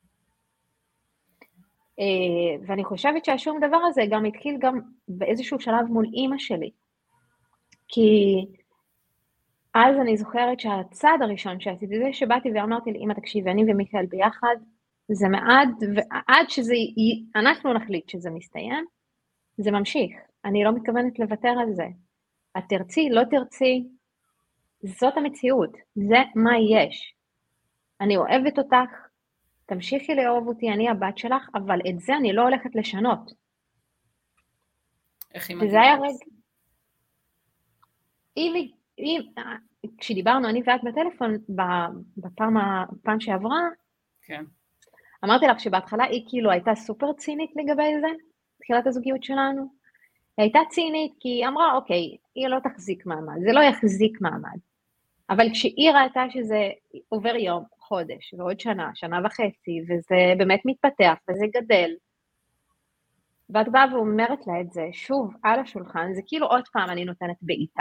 ואני חושבת שהשום דבר הזה גם התחיל גם באיזשהו שלב מול אמא שלי, כי אז אני זוכרת שהצעד הראשון שעשיתי זה שבאתי ואמרתי לאמא, תקשיבי, אני ומיכאל ביחד, זה מעד, ועד שזה, אנחנו נחליט שזה מסתיים, זה ממשיך. אני לא מתכוונת לוותר על זה. את תרצי, לא תרצי, זאת המציאות, זה מה יש. אני אוהבת אותך, תמשיכי לאהוב אותי, אני הבת שלך, אבל את זה אני לא הולכת לשנות. איך היא מגיעה? רגע... היא, היא, כשדיברנו אני ואת בטלפון, בפעם, בפעם שעברה, כן. אמרתי לך שבהתחלה היא כאילו הייתה סופר צינית לגבי זה, תחילת הזוגיות שלנו. היא הייתה צינית כי היא אמרה, אוקיי, היא לא תחזיק מעמד, זה לא יחזיק מעמד. אבל כשהיא ראתה שזה עובר יום, חודש, ועוד שנה, שנה וחצי, וזה באמת מתפתח, וזה גדל, ואת באה ואומרת לה את זה, שוב, על השולחן, זה כאילו עוד פעם אני נותנת בעיטה.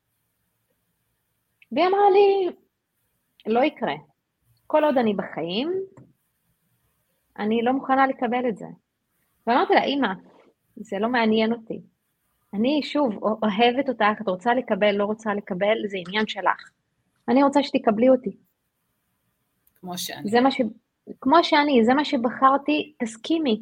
והיא אמרה לי, לא יקרה. כל עוד אני בחיים, אני לא מוכנה לקבל את זה. ואמרתי לה, אמא, זה לא מעניין אותי. אני שוב אוהבת אותך, את רוצה לקבל, לא רוצה לקבל, זה עניין שלך. אני רוצה שתקבלי אותי. כמו שאני. זה מה ש... כמו שאני, זה מה שבחרתי, תסכימי.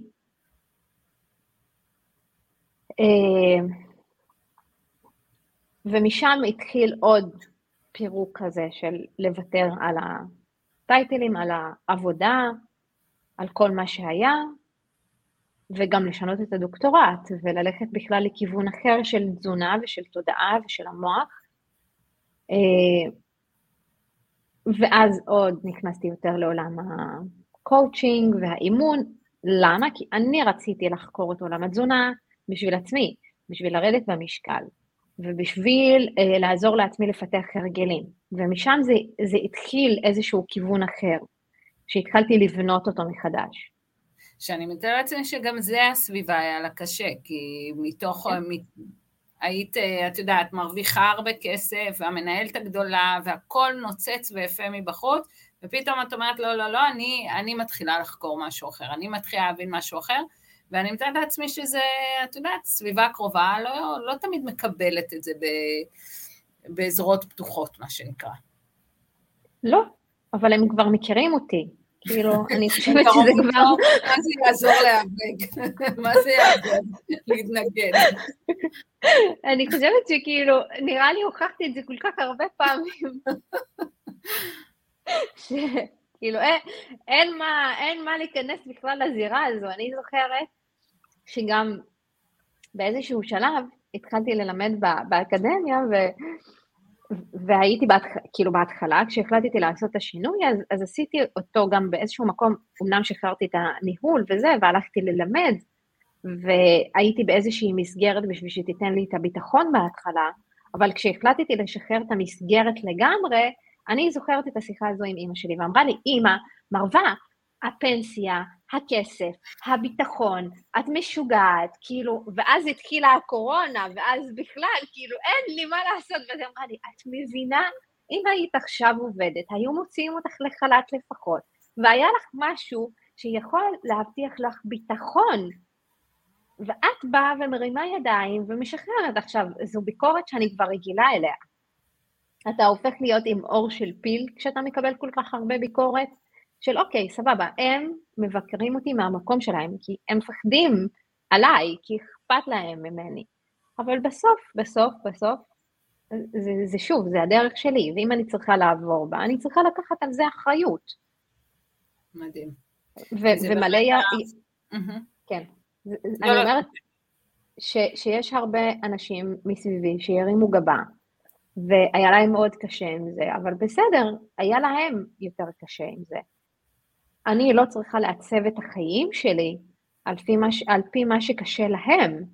ומשם התחיל עוד פירוק כזה של לוותר על הטייטלים, על העבודה, על כל מה שהיה, וגם לשנות את הדוקטורט, וללכת בכלל לכיוון אחר של תזונה ושל תודעה ושל המוח. ואז עוד נכנסתי יותר לעולם הקואוצ'ינג והאימון. למה? כי אני רציתי לחקור את עולם התזונה בשביל עצמי, בשביל לרדת במשקל, ובשביל אה, לעזור לעצמי לפתח הרגלים. ומשם זה, זה התחיל איזשהו כיוון אחר, שהתחלתי לבנות אותו מחדש. שאני מתאר לעצמי שגם זה הסביבה היה לה קשה, כי מתוך, כן. מת, היית, את יודעת, מרוויחה הרבה כסף, והמנהלת הגדולה, והכל נוצץ ויפה מבחוץ, ופתאום את אומרת, לא, לא, לא, אני, אני מתחילה לחקור משהו אחר, אני מתחילה להבין משהו אחר, ואני מתארת לעצמי שזה, את יודעת, סביבה קרובה, לא, לא תמיד מקבלת את זה ב, בעזרות פתוחות, מה שנקרא. לא, אבל הם כבר מכירים אותי. כאילו, אני חושבת שזה כבר... מה זה יעזור להיאבק? מה זה יעזור להתנגד? אני חושבת שכאילו, נראה לי הוכחתי את זה כל כך הרבה פעמים. שכאילו, אין מה, אין מה להיכנס בכלל לזירה הזו. אני זוכרת שגם באיזשהו שלב התחלתי ללמד באקדמיה, ו... והייתי בהתח... כאילו בהתחלה, כשהחלטתי לעשות את השינוי, אז, אז עשיתי אותו גם באיזשהו מקום, אמנם שחררתי את הניהול וזה, והלכתי ללמד, והייתי באיזושהי מסגרת בשביל שתיתן לי את הביטחון בהתחלה, אבל כשהחלטתי לשחרר את המסגרת לגמרי, אני זוכרת את השיחה הזו עם אמא שלי, ואמרה לי, אמא, מרווה, הפנסיה, הכסף, הביטחון, את משוגעת, כאילו, ואז התחילה הקורונה, ואז בכלל, כאילו, אין לי מה לעשות, וזה אמרה לי, את מבינה, אם היית עכשיו עובדת, היו מוציאים אותך לחל"ת לפחות, והיה לך משהו שיכול להבטיח לך ביטחון, ואת באה ומרימה ידיים ומשחררת. עכשיו, זו ביקורת שאני כבר רגילה אליה. אתה הופך להיות עם אור של פיל, כשאתה מקבל כל כך הרבה ביקורת, של אוקיי, סבבה, הם מבקרים אותי מהמקום שלהם, כי הם מפחדים עליי, כי אכפת להם ממני. אבל בסוף, בסוף, בסוף, זה, זה שוב, זה הדרך שלי, ואם אני צריכה לעבור בה, אני צריכה לקחת על זה אחריות. מדהים. ו- ומלא... י... Mm-hmm. כן. זה, לא אני לא. אומרת ש- שיש הרבה אנשים מסביבי שירימו גבה, והיה להם מאוד קשה עם זה, אבל בסדר, היה להם יותר קשה עם זה. אני לא צריכה לעצב את החיים שלי על פי מה, על פי מה שקשה להם.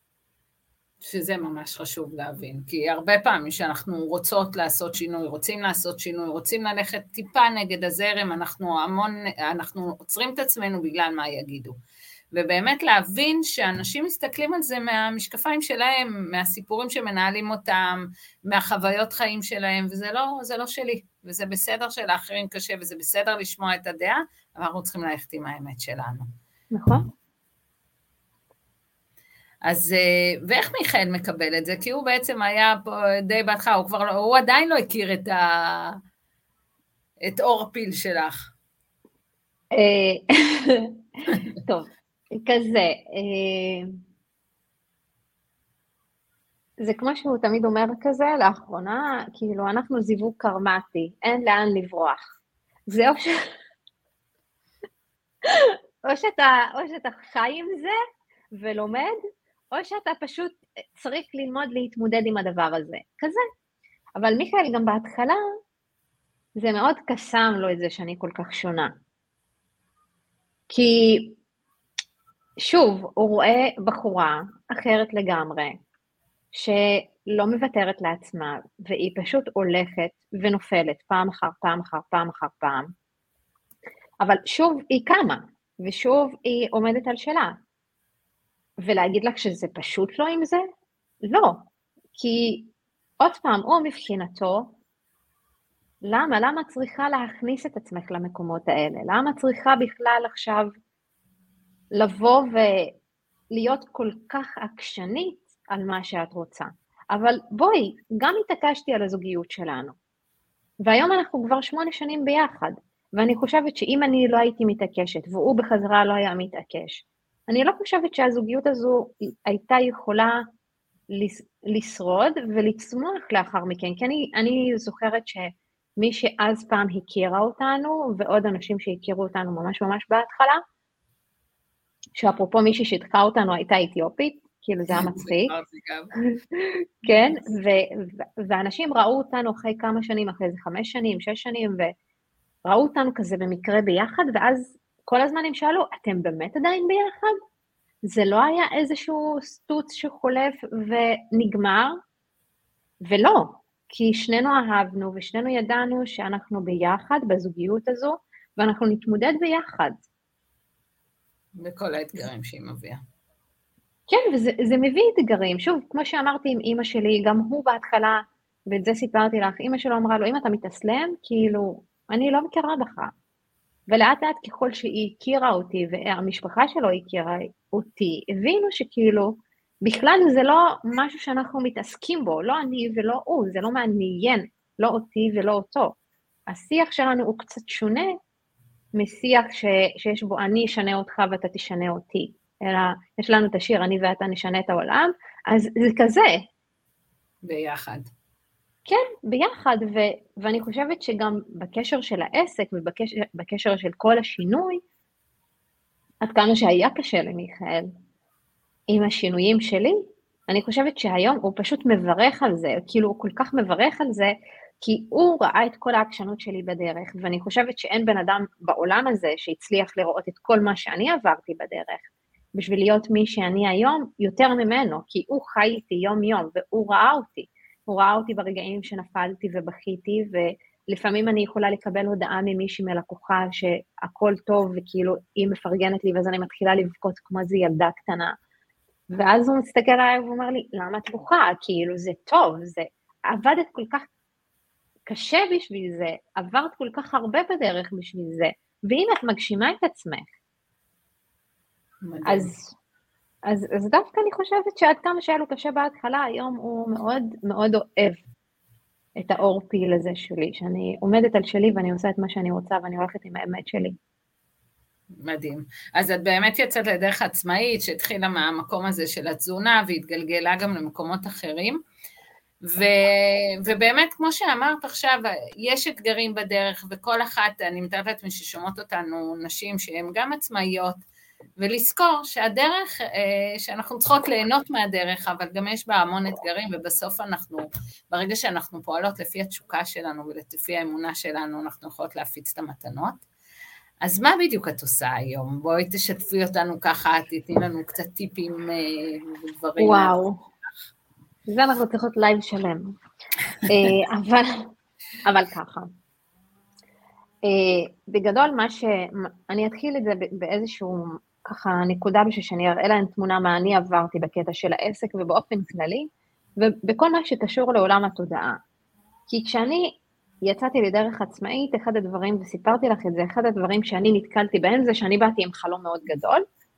שזה ממש חשוב להבין, כי הרבה פעמים שאנחנו רוצות לעשות שינוי, רוצים לעשות שינוי, רוצים ללכת טיפה נגד הזרם, אנחנו המון, אנחנו עוצרים את עצמנו בגלל מה יגידו. ובאמת להבין שאנשים מסתכלים על זה מהמשקפיים שלהם, מהסיפורים שמנהלים אותם, מהחוויות חיים שלהם, וזה לא, זה לא שלי, וזה בסדר שלאחרים קשה, וזה בסדר לשמוע את הדעה, אבל אנחנו צריכים ללכת עם האמת שלנו. נכון. אז, ואיך מיכאל מקבל את זה? כי הוא בעצם היה פה די בהתחלה, הוא כבר, הוא עדיין לא הכיר את ה... את אור פיל שלך. טוב. כזה, זה כמו שהוא תמיד אומר כזה, לאחרונה, כאילו אנחנו זיווג קרמטי, אין לאן לברוח. זה או, ש... או, שאתה, או שאתה חי עם זה ולומד, או שאתה פשוט צריך ללמוד להתמודד עם הדבר הזה, כזה. אבל מיכאל גם בהתחלה, זה מאוד קסם לו את זה שאני כל כך שונה. כי... שוב, הוא רואה בחורה אחרת לגמרי, שלא מוותרת לעצמה, והיא פשוט הולכת ונופלת פעם אחר פעם אחר פעם אחר פעם. אבל שוב היא קמה, ושוב היא עומדת על שלה. ולהגיד לך שזה פשוט לא עם זה? לא. כי עוד פעם, הוא מבחינתו, למה? למה צריכה להכניס את עצמך למקומות האלה? למה צריכה בכלל עכשיו לבוא ולהיות כל כך עקשנית על מה שאת רוצה. אבל בואי, גם התעקשתי על הזוגיות שלנו. והיום אנחנו כבר שמונה שנים ביחד. ואני חושבת שאם אני לא הייתי מתעקשת, והוא בחזרה לא היה מתעקש, אני לא חושבת שהזוגיות הזו הייתה יכולה לשרוד ולצמוח לאחר מכן. כי אני, אני זוכרת שמי שאז פעם הכירה אותנו, ועוד אנשים שהכירו אותנו ממש ממש בהתחלה, שאפרופו מישהי שדחה אותנו הייתה אתיופית, כאילו זה היה מצחיק. כן, ואנשים ראו אותנו אחרי כמה שנים, אחרי איזה חמש שנים, שש שנים, וראו אותנו כזה במקרה ביחד, ואז כל הזמן הם שאלו, אתם באמת עדיין ביחד? זה לא היה איזשהו סטוץ שחולף ונגמר? ולא, כי שנינו אהבנו, ושנינו ידענו שאנחנו ביחד בזוגיות הזו, ואנחנו נתמודד ביחד. בכל האתגרים שהיא מביאה. כן, וזה מביא אתגרים. שוב, כמו שאמרתי עם אמא שלי, גם הוא בהתחלה, ואת זה סיפרתי לך, אמא שלו אמרה לו, אם אתה מתאסלם, כאילו, אני לא מכירה בך. ולאט לאט ככל שהיא הכירה אותי, והמשפחה שלו הכירה אותי, הבינו שכאילו, בכלל זה לא משהו שאנחנו מתעסקים בו, לא אני ולא הוא, זה לא מעניין, לא אותי ולא אותו. השיח שלנו הוא קצת שונה, משיח ש, שיש בו אני אשנה אותך ואתה תשנה אותי, אלא יש לנו את השיר, אני ואתה נשנה את העולם, אז זה כזה. ביחד. כן, ביחד, ו, ואני חושבת שגם בקשר של העסק ובקשר בקשר של כל השינוי, עד כמה שהיה קשה למיכאל, עם השינויים שלי, אני חושבת שהיום הוא פשוט מברך על זה, כאילו הוא כל כך מברך על זה, כי הוא ראה את כל העקשנות שלי בדרך, ואני חושבת שאין בן אדם בעולם הזה שהצליח לראות את כל מה שאני עברתי בדרך, בשביל להיות מי שאני היום יותר ממנו, כי הוא חי איתי יום יום, והוא ראה אותי, הוא ראה אותי ברגעים שנפלתי ובכיתי, ולפעמים אני יכולה לקבל הודעה ממישהי מלקוחה שהכל טוב, וכאילו היא מפרגנת לי, ואז אני מתחילה לבכות כמו איזו ילדה קטנה, ואז הוא מסתכל עליי ואומר לי, למה את בוכה? כאילו זה טוב, זה עבדת כל כך קשה בשביל זה, עברת כל כך הרבה בדרך בשביל זה, והנה את מגשימה את עצמך. אז, אז, אז דווקא אני חושבת שעד כמה שהיה לו קשה בהתחלה, היום הוא מאוד מאוד אוהב את האור פיל הזה שלי, שאני עומדת על שלי ואני עושה את מה שאני רוצה ואני הולכת עם האמת שלי. מדהים. אז את באמת יצאת לדרך עצמאית שהתחילה מהמקום הזה של התזונה והתגלגלה גם למקומות אחרים, ו, ובאמת כמו שאמרת עכשיו, יש אתגרים בדרך וכל אחת, אני מתארת לעצמי ששומעות אותנו נשים שהן גם עצמאיות, ולזכור שהדרך, שאנחנו צריכות ליהנות מהדרך, אבל גם יש בה המון אתגרים, ובסוף אנחנו, ברגע שאנחנו פועלות לפי התשוקה שלנו ולפי האמונה שלנו, אנחנו יכולות להפיץ את המתנות. אז מה בדיוק את עושה היום? בואי תשתפי אותנו ככה, תתני לנו קצת טיפים ודברים. וואו, זה אנחנו צריכות לייב שלם. אבל, אבל ככה. בגדול מה ש... אני אתחיל את זה באיזשהו ככה נקודה בשביל שאני אראה להם תמונה מה אני עברתי בקטע של העסק ובאופן כללי, ובכל מה שקשור לעולם התודעה. כי כשאני יצאתי לדרך עצמאית, אחד הדברים, וסיפרתי לך את זה, אחד הדברים שאני נתקלתי בהם, זה שאני באתי עם חלום מאוד גדול,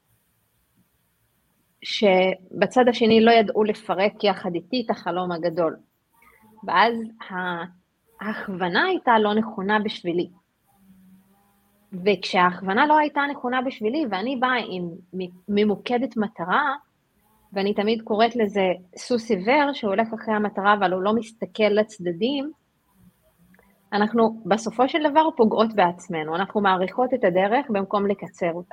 שבצד השני לא ידעו לפרק יחד איתי את החלום הגדול. ואז ההכוונה הייתה לא נכונה בשבילי. וכשההכוונה לא הייתה נכונה בשבילי, ואני באה עם ממוקדת מטרה, ואני תמיד קוראת לזה סוס עיוור, שהולך אחרי המטרה, אבל הוא לא מסתכל לצדדים, אנחנו בסופו של דבר פוגעות בעצמנו, אנחנו מעריכות את הדרך במקום לקצר אותה.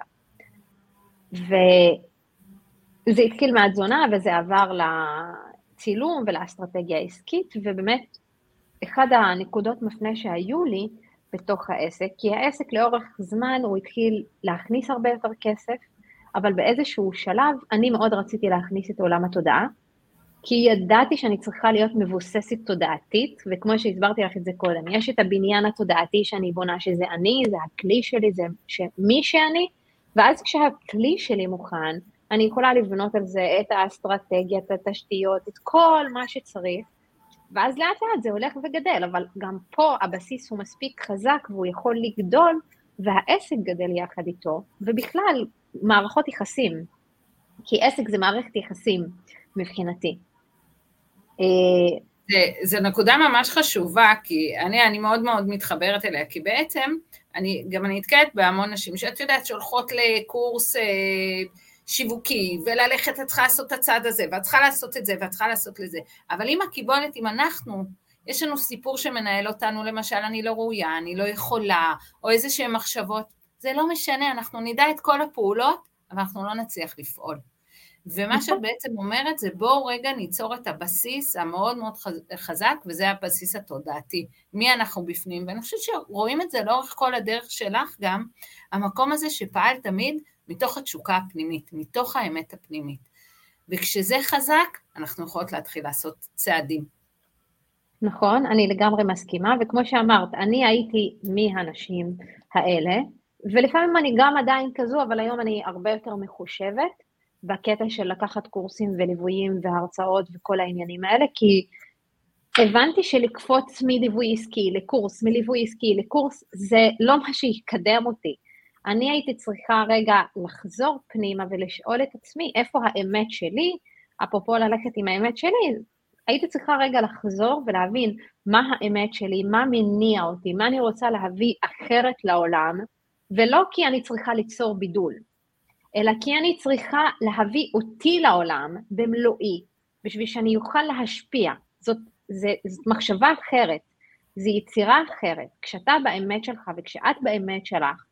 וזה התחיל מהתזונה, וזה עבר לצילום ולאסטרטגיה העסקית, ובאמת, אחד הנקודות מפנה שהיו לי בתוך העסק, כי העסק לאורך זמן הוא התחיל להכניס הרבה יותר כסף, אבל באיזשהו שלב אני מאוד רציתי להכניס את עולם התודעה, כי ידעתי שאני צריכה להיות מבוססת תודעתית, וכמו שהסברתי לך את זה קודם, יש את הבניין התודעתי שאני בונה שזה אני, זה הכלי שלי, זה מי שאני, ואז כשהכלי שלי מוכן, אני יכולה לבנות על זה את האסטרטגיה, את התשתיות, את כל מה שצריך, ואז לאט לאט זה הולך וגדל, אבל גם פה הבסיס הוא מספיק חזק, והוא יכול לגדול, והעסק גדל יחד איתו, ובכלל מערכות יחסים, כי עסק זה מערכת יחסים מבחינתי. זה, זה נקודה ממש חשובה, כי אני, אני מאוד מאוד מתחברת אליה, כי בעצם, אני, גם אני נתקעת בהמון נשים, שאת יודעת, שהולכות לקורס אה, שיווקי, וללכת, את צריכה לעשות את הצד הזה, ואת צריכה לעשות את זה, ואת צריכה לעשות לזה, אבל אם הקיבולת, אם אנחנו, יש לנו סיפור שמנהל אותנו, למשל, אני לא ראויה, אני לא יכולה, או איזה שהן מחשבות, זה לא משנה, אנחנו נדע את כל הפעולות, אבל אנחנו לא נצליח לפעול. ומה שאת בעצם אומרת זה בואו רגע ניצור את הבסיס המאוד מאוד חזק, וזה הבסיס התודעתי, מי אנחנו בפנים, ואני חושבת שרואים את זה לאורך כל הדרך שלך גם, המקום הזה שפעל תמיד מתוך התשוקה הפנימית, מתוך האמת הפנימית, וכשזה חזק אנחנו יכולות להתחיל לעשות צעדים. נכון, אני לגמרי מסכימה, וכמו שאמרת, אני הייתי מהאנשים האלה, ולפעמים אני גם עדיין כזו, אבל היום אני הרבה יותר מחושבת, בקטע של לקחת קורסים וליוויים והרצאות וכל העניינים האלה, כי הבנתי שלקפוץ מליווי עסקי לקורס, מליווי עסקי לקורס, זה לא מה שיקדם אותי. אני הייתי צריכה רגע לחזור פנימה ולשאול את עצמי איפה האמת שלי, אפרופו ללכת עם האמת שלי, הייתי צריכה רגע לחזור ולהבין מה האמת שלי, מה מניע אותי, מה אני רוצה להביא אחרת לעולם, ולא כי אני צריכה ליצור בידול, אלא כי אני צריכה להביא אותי לעולם במלואי, בשביל שאני אוכל להשפיע. זאת, זה, זאת מחשבה אחרת, זו יצירה אחרת. כשאתה באמת שלך וכשאת באמת שלך,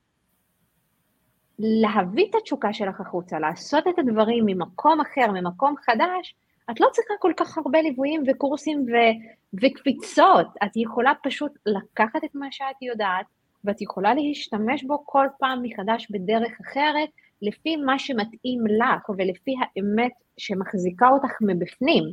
להביא את התשוקה שלך החוצה, לעשות את הדברים ממקום אחר, ממקום חדש, את לא צריכה כל כך הרבה ליוויים וקורסים ו- וקפיצות, את יכולה פשוט לקחת את מה שאת יודעת, ואת יכולה להשתמש בו כל פעם מחדש בדרך אחרת, לפי מה שמתאים לך, ולפי האמת שמחזיקה אותך מבפנים.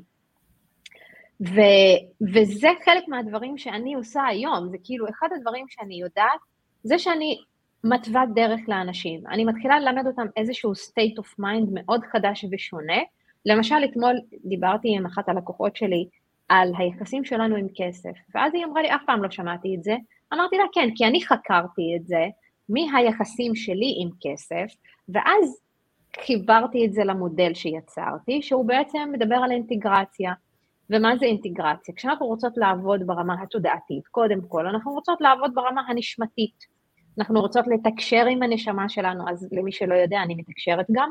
ו- וזה חלק מהדברים שאני עושה היום, זה כאילו אחד הדברים שאני יודעת, זה שאני מתווה דרך לאנשים. אני מתחילה ללמד אותם איזשהו state of mind מאוד חדש ושונה. למשל, אתמול דיברתי עם אחת הלקוחות שלי על היחסים שלנו עם כסף, ואז היא אמרה לי, אף פעם לא שמעתי את זה. אמרתי לה, כן, כי אני חקרתי את זה, מהיחסים שלי עם כסף, ואז חיברתי את זה למודל שיצרתי, שהוא בעצם מדבר על אינטגרציה. ומה זה אינטגרציה? כשאנחנו רוצות לעבוד ברמה התודעתית, קודם כל, אנחנו רוצות לעבוד ברמה הנשמתית. אנחנו רוצות לתקשר עם הנשמה שלנו, אז למי שלא יודע, אני מתקשרת גם.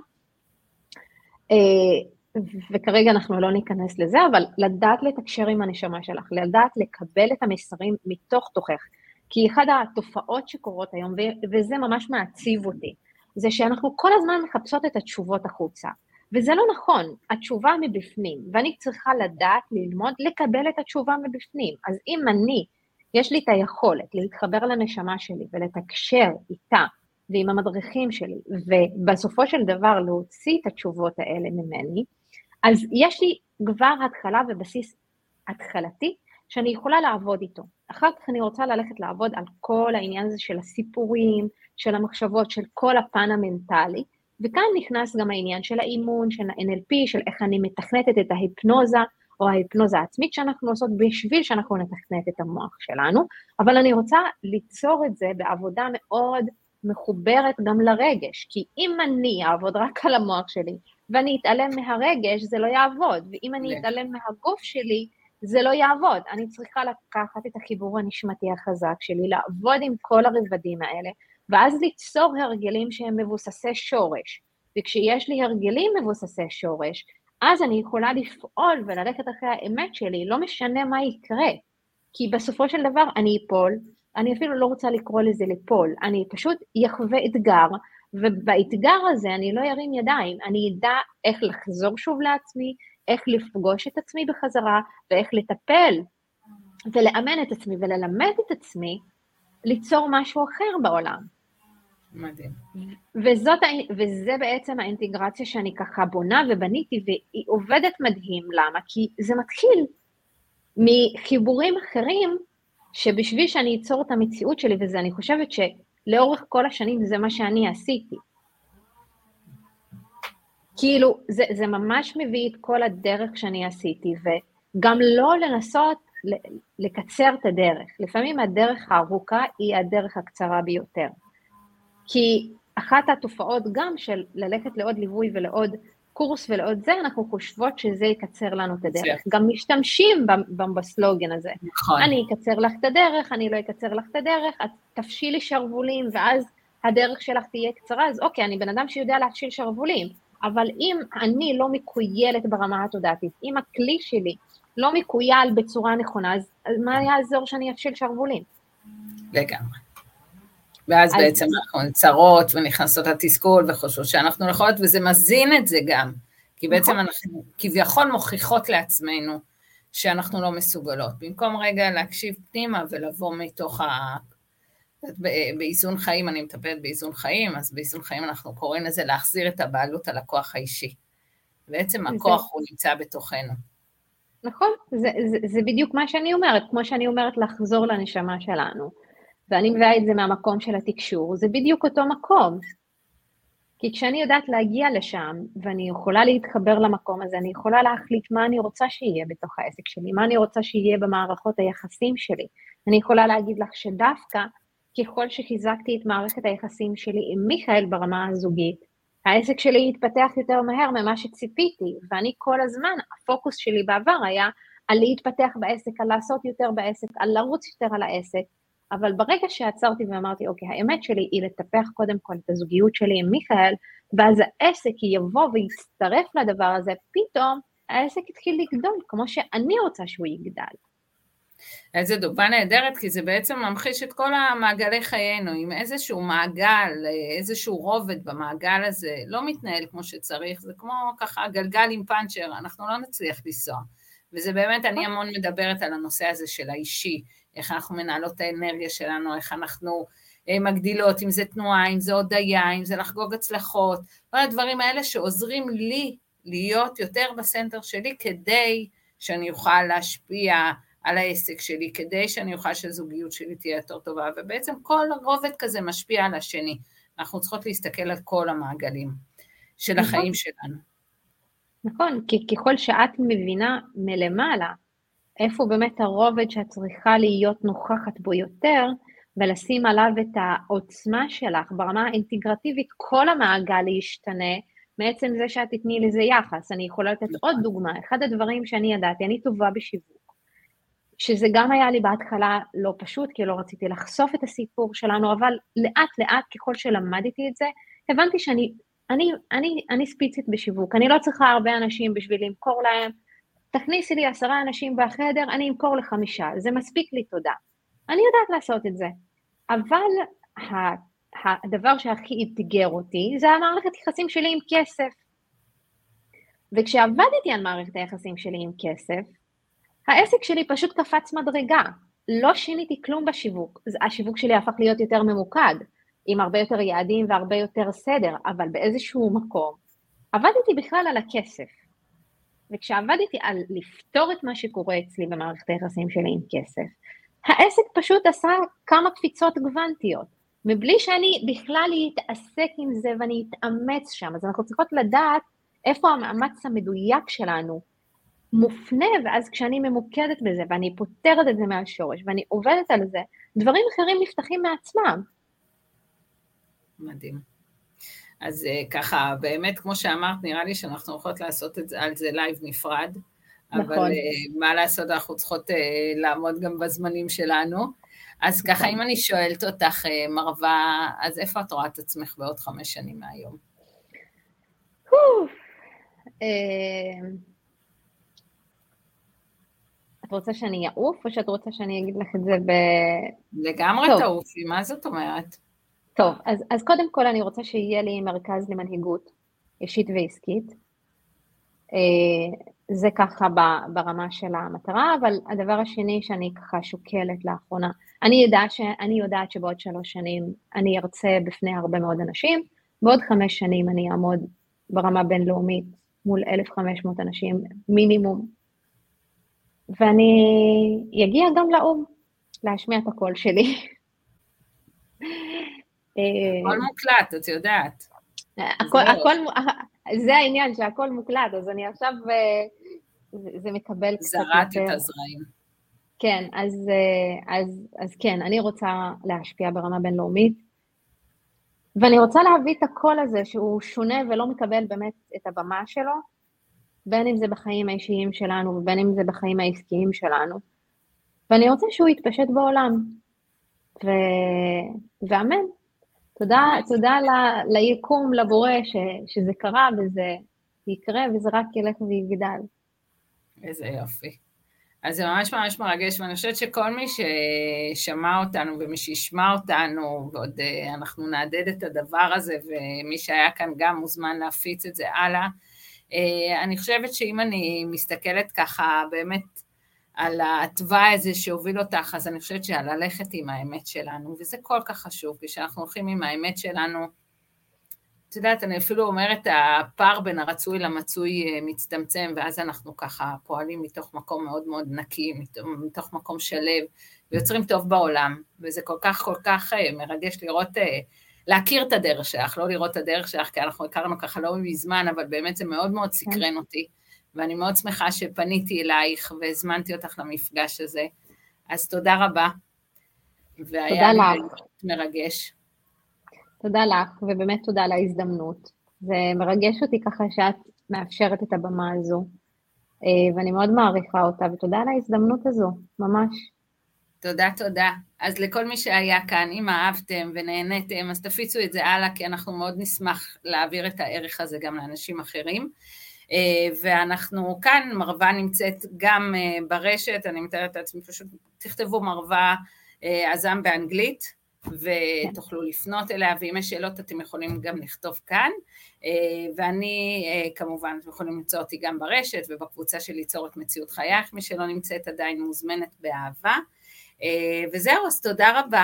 וכרגע אנחנו לא ניכנס לזה, אבל לדעת לתקשר עם הנשמה שלך, לדעת לקבל את המסרים מתוך תוכך, כי אחד התופעות שקורות היום, וזה ממש מעציב אותי, זה שאנחנו כל הזמן מחפשות את התשובות החוצה, וזה לא נכון, התשובה מבפנים, ואני צריכה לדעת, ללמוד, לקבל את התשובה מבפנים. אז אם אני, יש לי את היכולת להתחבר לנשמה שלי ולתקשר איתה ועם המדריכים שלי, ובסופו של דבר להוציא את התשובות האלה ממני, אז יש לי כבר התחלה ובסיס התחלתי שאני יכולה לעבוד איתו. אחר כך אני רוצה ללכת לעבוד על כל העניין הזה של הסיפורים, של המחשבות, של כל הפן המנטלי, וכאן נכנס גם העניין של האימון, של ה-אן אל פי, של איך אני מתכנתת את ההיפנוזה, או ההיפנוזה העצמית שאנחנו עושות בשביל שאנחנו נתכנת את המוח שלנו, אבל אני רוצה ליצור את זה בעבודה מאוד מחוברת גם לרגש, כי אם אני אעבוד רק על המוח שלי, ואני אתעלם מהרגש, זה לא יעבוד, ואם אני אתעלם מהגוף שלי, זה לא יעבוד. אני צריכה לקחת את החיבור הנשמתי החזק שלי, לעבוד עם כל הרבדים האלה, ואז ליצור הרגלים שהם מבוססי שורש, וכשיש לי הרגלים מבוססי שורש, אז אני יכולה לפעול וללכת אחרי האמת שלי, לא משנה מה יקרה, כי בסופו של דבר אני אפול, אני אפילו לא רוצה לקרוא לזה לפול, אני פשוט יחווה אתגר, ובאתגר הזה אני לא ירים ידיים, אני ידע איך לחזור שוב לעצמי, איך לפגוש את עצמי בחזרה, ואיך לטפל, ולאמן את עצמי, וללמד את עצמי, ליצור משהו אחר בעולם. מדהים. וזאת, וזה בעצם האינטגרציה שאני ככה בונה ובניתי, והיא עובדת מדהים. למה? כי זה מתחיל מחיבורים אחרים, שבשביל שאני אצור את המציאות שלי, וזה אני חושבת שלאורך כל השנים זה מה שאני עשיתי. כאילו, זה, זה ממש מביא את כל הדרך שאני עשיתי, וגם לא לנסות לקצר את הדרך. לפעמים הדרך הארוכה היא הדרך הקצרה ביותר. כי אחת התופעות גם של ללכת לעוד ליווי ולעוד קורס ולעוד זה, אנחנו חושבות שזה יקצר לנו את הדרך. גם משתמשים בסלוגן הזה. נכון. אני אקצר לך את הדרך, אני לא אקצר לך את הדרך, את תפשילי שרבולים, ואז הדרך שלך תהיה קצרה, אז אוקיי, אני בן אדם שיודע להפשיל שרבולים, אבל אם אני לא מקוילת ברמה התודעתית, אם הכלי שלי לא מקויל בצורה נכונה, אז מה יעזור שאני אפשיל שרבולים? לגמרי. ואז אז בעצם אנחנו נצרות ונכנסות לתסכול וחושבות שאנחנו יכולות, וזה מזין את זה גם, כי בעצם נכון. אנחנו כביכול מוכיחות לעצמנו שאנחנו לא מסוגלות. במקום רגע להקשיב פנימה ולבוא מתוך ה... באיזון חיים, אני מטפלת באיזון חיים, אז באיזון חיים אנחנו קוראים לזה להחזיר את הבעלות על הכוח האישי. בעצם הכוח זה... הוא נמצא בתוכנו. נכון, זה, זה, זה בדיוק מה שאני אומרת, כמו שאני אומרת לחזור לנשמה שלנו. ואני מביאה את זה מהמקום של התקשור, זה בדיוק אותו מקום. כי כשאני יודעת להגיע לשם, ואני יכולה להתחבר למקום הזה, אני יכולה להחליט מה אני רוצה שיהיה בתוך העסק שלי, מה אני רוצה שיהיה במערכות היחסים שלי. אני יכולה להגיד לך שדווקא, ככל שחיזקתי את מערכת היחסים שלי עם מיכאל ברמה הזוגית, העסק שלי התפתח יותר מהר ממה שציפיתי, ואני כל הזמן, הפוקוס שלי בעבר היה על להתפתח בעסק, על לעשות יותר בעסק, על לרוץ יותר על העסק, אבל ברגע שעצרתי ואמרתי, אוקיי, האמת שלי היא לטפח קודם כל את הזוגיות שלי עם מיכאל, ואז העסק יבוא ויצטרף לדבר הזה, פתאום העסק התחיל לגדול, כמו שאני רוצה שהוא יגדל. איזה דוגמה נהדרת, כי זה בעצם ממחיש את כל המעגלי חיינו, עם איזשהו מעגל, איזשהו רובד במעגל הזה, לא מתנהל כמו שצריך, זה כמו ככה גלגל עם פאנצ'ר, אנחנו לא נצליח לנסוע. וזה באמת, אני המון מדברת על הנושא הזה של האישי, איך אנחנו מנהלות את האנרגיה שלנו, איך אנחנו מגדילות, אם זה תנועה, אם זה הודיה, אם זה לחגוג הצלחות, כל הדברים האלה שעוזרים לי להיות יותר בסנטר שלי, כדי שאני אוכל להשפיע על העסק שלי, כדי שאני אוכל שהזוגיות שלי תהיה יותר טובה, ובעצם כל רובד כזה משפיע על השני. אנחנו צריכות להסתכל על כל המעגלים של החיים שלנו. נכון, כי ככל שאת מבינה מלמעלה, איפה באמת הרובד שאת צריכה להיות נוכחת בו יותר, ולשים עליו את העוצמה שלך, ברמה האינטגרטיבית, כל המעגל ישתנה, מעצם זה שאת תתני לזה יחס. אני יכולה לתת עוד דוגמה, אחד הדברים שאני ידעתי, אני טובה בשיווק, שזה גם היה לי בהתחלה לא פשוט, כי לא רציתי לחשוף את הסיפור שלנו, אבל לאט לאט ככל שלמדתי את זה, הבנתי שאני אני, אני, אני ספיצית בשיווק, אני לא צריכה הרבה אנשים בשביל למכור להם, תכניסי לי עשרה אנשים בחדר, אני אמכור לחמישה, זה מספיק לי, תודה. אני יודעת לעשות את זה, אבל הדבר שהכי אתגר אותי, זה המערכת יחסים שלי עם כסף. וכשעבדתי על מערכת היחסים שלי עם כסף, העסק שלי פשוט קפץ מדרגה, לא שיניתי כלום בשיווק, השיווק שלי הפך להיות יותר ממוקד, עם הרבה יותר יעדים והרבה יותר סדר, אבל באיזשהו מקום, עבדתי בכלל על הכסף. וכשעבדתי על לפתור את מה שקורה אצלי במערכת היחסים שלי עם כסף, העסק פשוט עשה כמה קפיצות גוונטיות, מבלי שאני בכלל אתעסק עם זה ואני אתאמץ שם. אז אנחנו צריכות לדעת איפה המאמץ המדויק שלנו מופנה, ואז כשאני ממוקדת בזה ואני פותרת את זה מהשורש ואני עובדת על זה, דברים אחרים נפתחים מעצמם. מדהים. אז ככה, באמת, כמו שאמרת, נראה לי שאנחנו יכולות לעשות את זה, על זה לייב נפרד, נכון. אבל מה לעשות, אנחנו צריכות לעמוד גם בזמנים שלנו. אז נכון. ככה, אם אני שואלת אותך, מרווה, אז איפה את רואה את עצמך בעוד חמש שנים מהיום? את רוצה שאני אעוף, או שאת רוצה שאני אגיד לך את זה ב... לגמרי תעופי, מה זאת אומרת? טוב, אז, אז קודם כל אני רוצה שיהיה לי מרכז למנהיגות אישית ועסקית. זה ככה ברמה של המטרה, אבל הדבר השני שאני ככה שוקלת לאחרונה, אני יודעת, ש, אני יודעת שבעוד שלוש שנים אני ארצה בפני הרבה מאוד אנשים, בעוד חמש שנים אני אעמוד ברמה בינלאומית מול אלף וחמש מאות אנשים מינימום, ואני אגיע גם לאום להשמיע את הקול שלי. הכל מוקלט, את יודעת. הכל, הכל, זה העניין שהכל מוקלט, אז אני עכשיו, זה מקבל קצת יותר. זרעת את הזרעים. כן, אז, אז, אז כן, אני רוצה להשפיע ברמה בינלאומית, ואני רוצה להביא את הקול הזה שהוא שונה ולא מקבל באמת את הבמה שלו, בין אם זה בחיים האישיים שלנו ובין אם זה בחיים העסקיים שלנו, ואני רוצה שהוא יתפשט בעולם, ו... ואמן. תודה, תודה ל... ליקום, לבורא, ש... שזה קרה וזה יקרה וזה רק ילך ויגדל. איזה יופי. אז זה ממש ממש מרגש, ואני חושבת שכל מי ששמע אותנו ומי שישמע אותנו, ועוד אנחנו נעדד את הדבר הזה, ומי שהיה כאן גם מוזמן להפיץ את זה הלאה, אני חושבת שאם אני מסתכלת ככה באמת על התוואי הזה שהוביל אותך, אז אני חושבת שעל ללכת עם האמת שלנו, וזה כל כך חשוב, כשאנחנו הולכים עם האמת שלנו, את יודעת, אני אפילו אומרת, הפער בין הרצוי למצוי מצטמצם, ואז אנחנו ככה פועלים מתוך מקום מאוד מאוד נקי, מתוך מקום שלב, ויוצרים טוב בעולם, וזה כל כך כל כך מרגש לראות להכיר את הדרך שלך, לא לראות את הדרך שלך, כי אנחנו הכרנו ככה לא מזמן, אבל באמת זה מאוד מאוד סקרן אותי, ואני מאוד שמחה שפניתי אלייך והזמנתי אותך למפגש הזה. אז תודה רבה. תודה לך. מרגש. תודה לך, ובאמת תודה על ההזדמנות. זה מרגש אותי ככה שאת מאפשרת את הבמה הזו, ואני מאוד מעריכה אותה, ותודה על ההזדמנות הזו, ממש. תודה, תודה. אז לכל מי שהיה כאן, אם אהבתם ונהנתם, אז תפיצו את זה הלאה, כי אנחנו מאוד נשמח להעביר את הערך הזה גם לאנשים אחרים. ואנחנו כאן, מרווה נמצאת גם ברשת, אני מתארת את עצמי, פשוט תכתבו מרווה עזם באנגלית, ותוכלו לפנות אליה, ואם יש שאלות אתם יכולים גם לכתוב כאן, ואני כמובן, אתם יכולים למצוא אותי גם ברשת, ובקבוצה של ליצור את מציאות חייך, מי שלא נמצאת עדיין מוזמנת באהבה, וזהו, אז תודה רבה,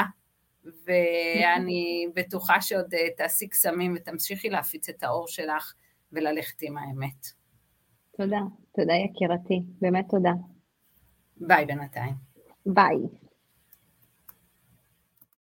ואני בטוחה שעוד תעשי קסמים, ותמשיכי להפיץ את האור שלך, וללכת עם האמת. תודה, תודה יקירתי, באמת תודה. ביי בינתיים. ביי.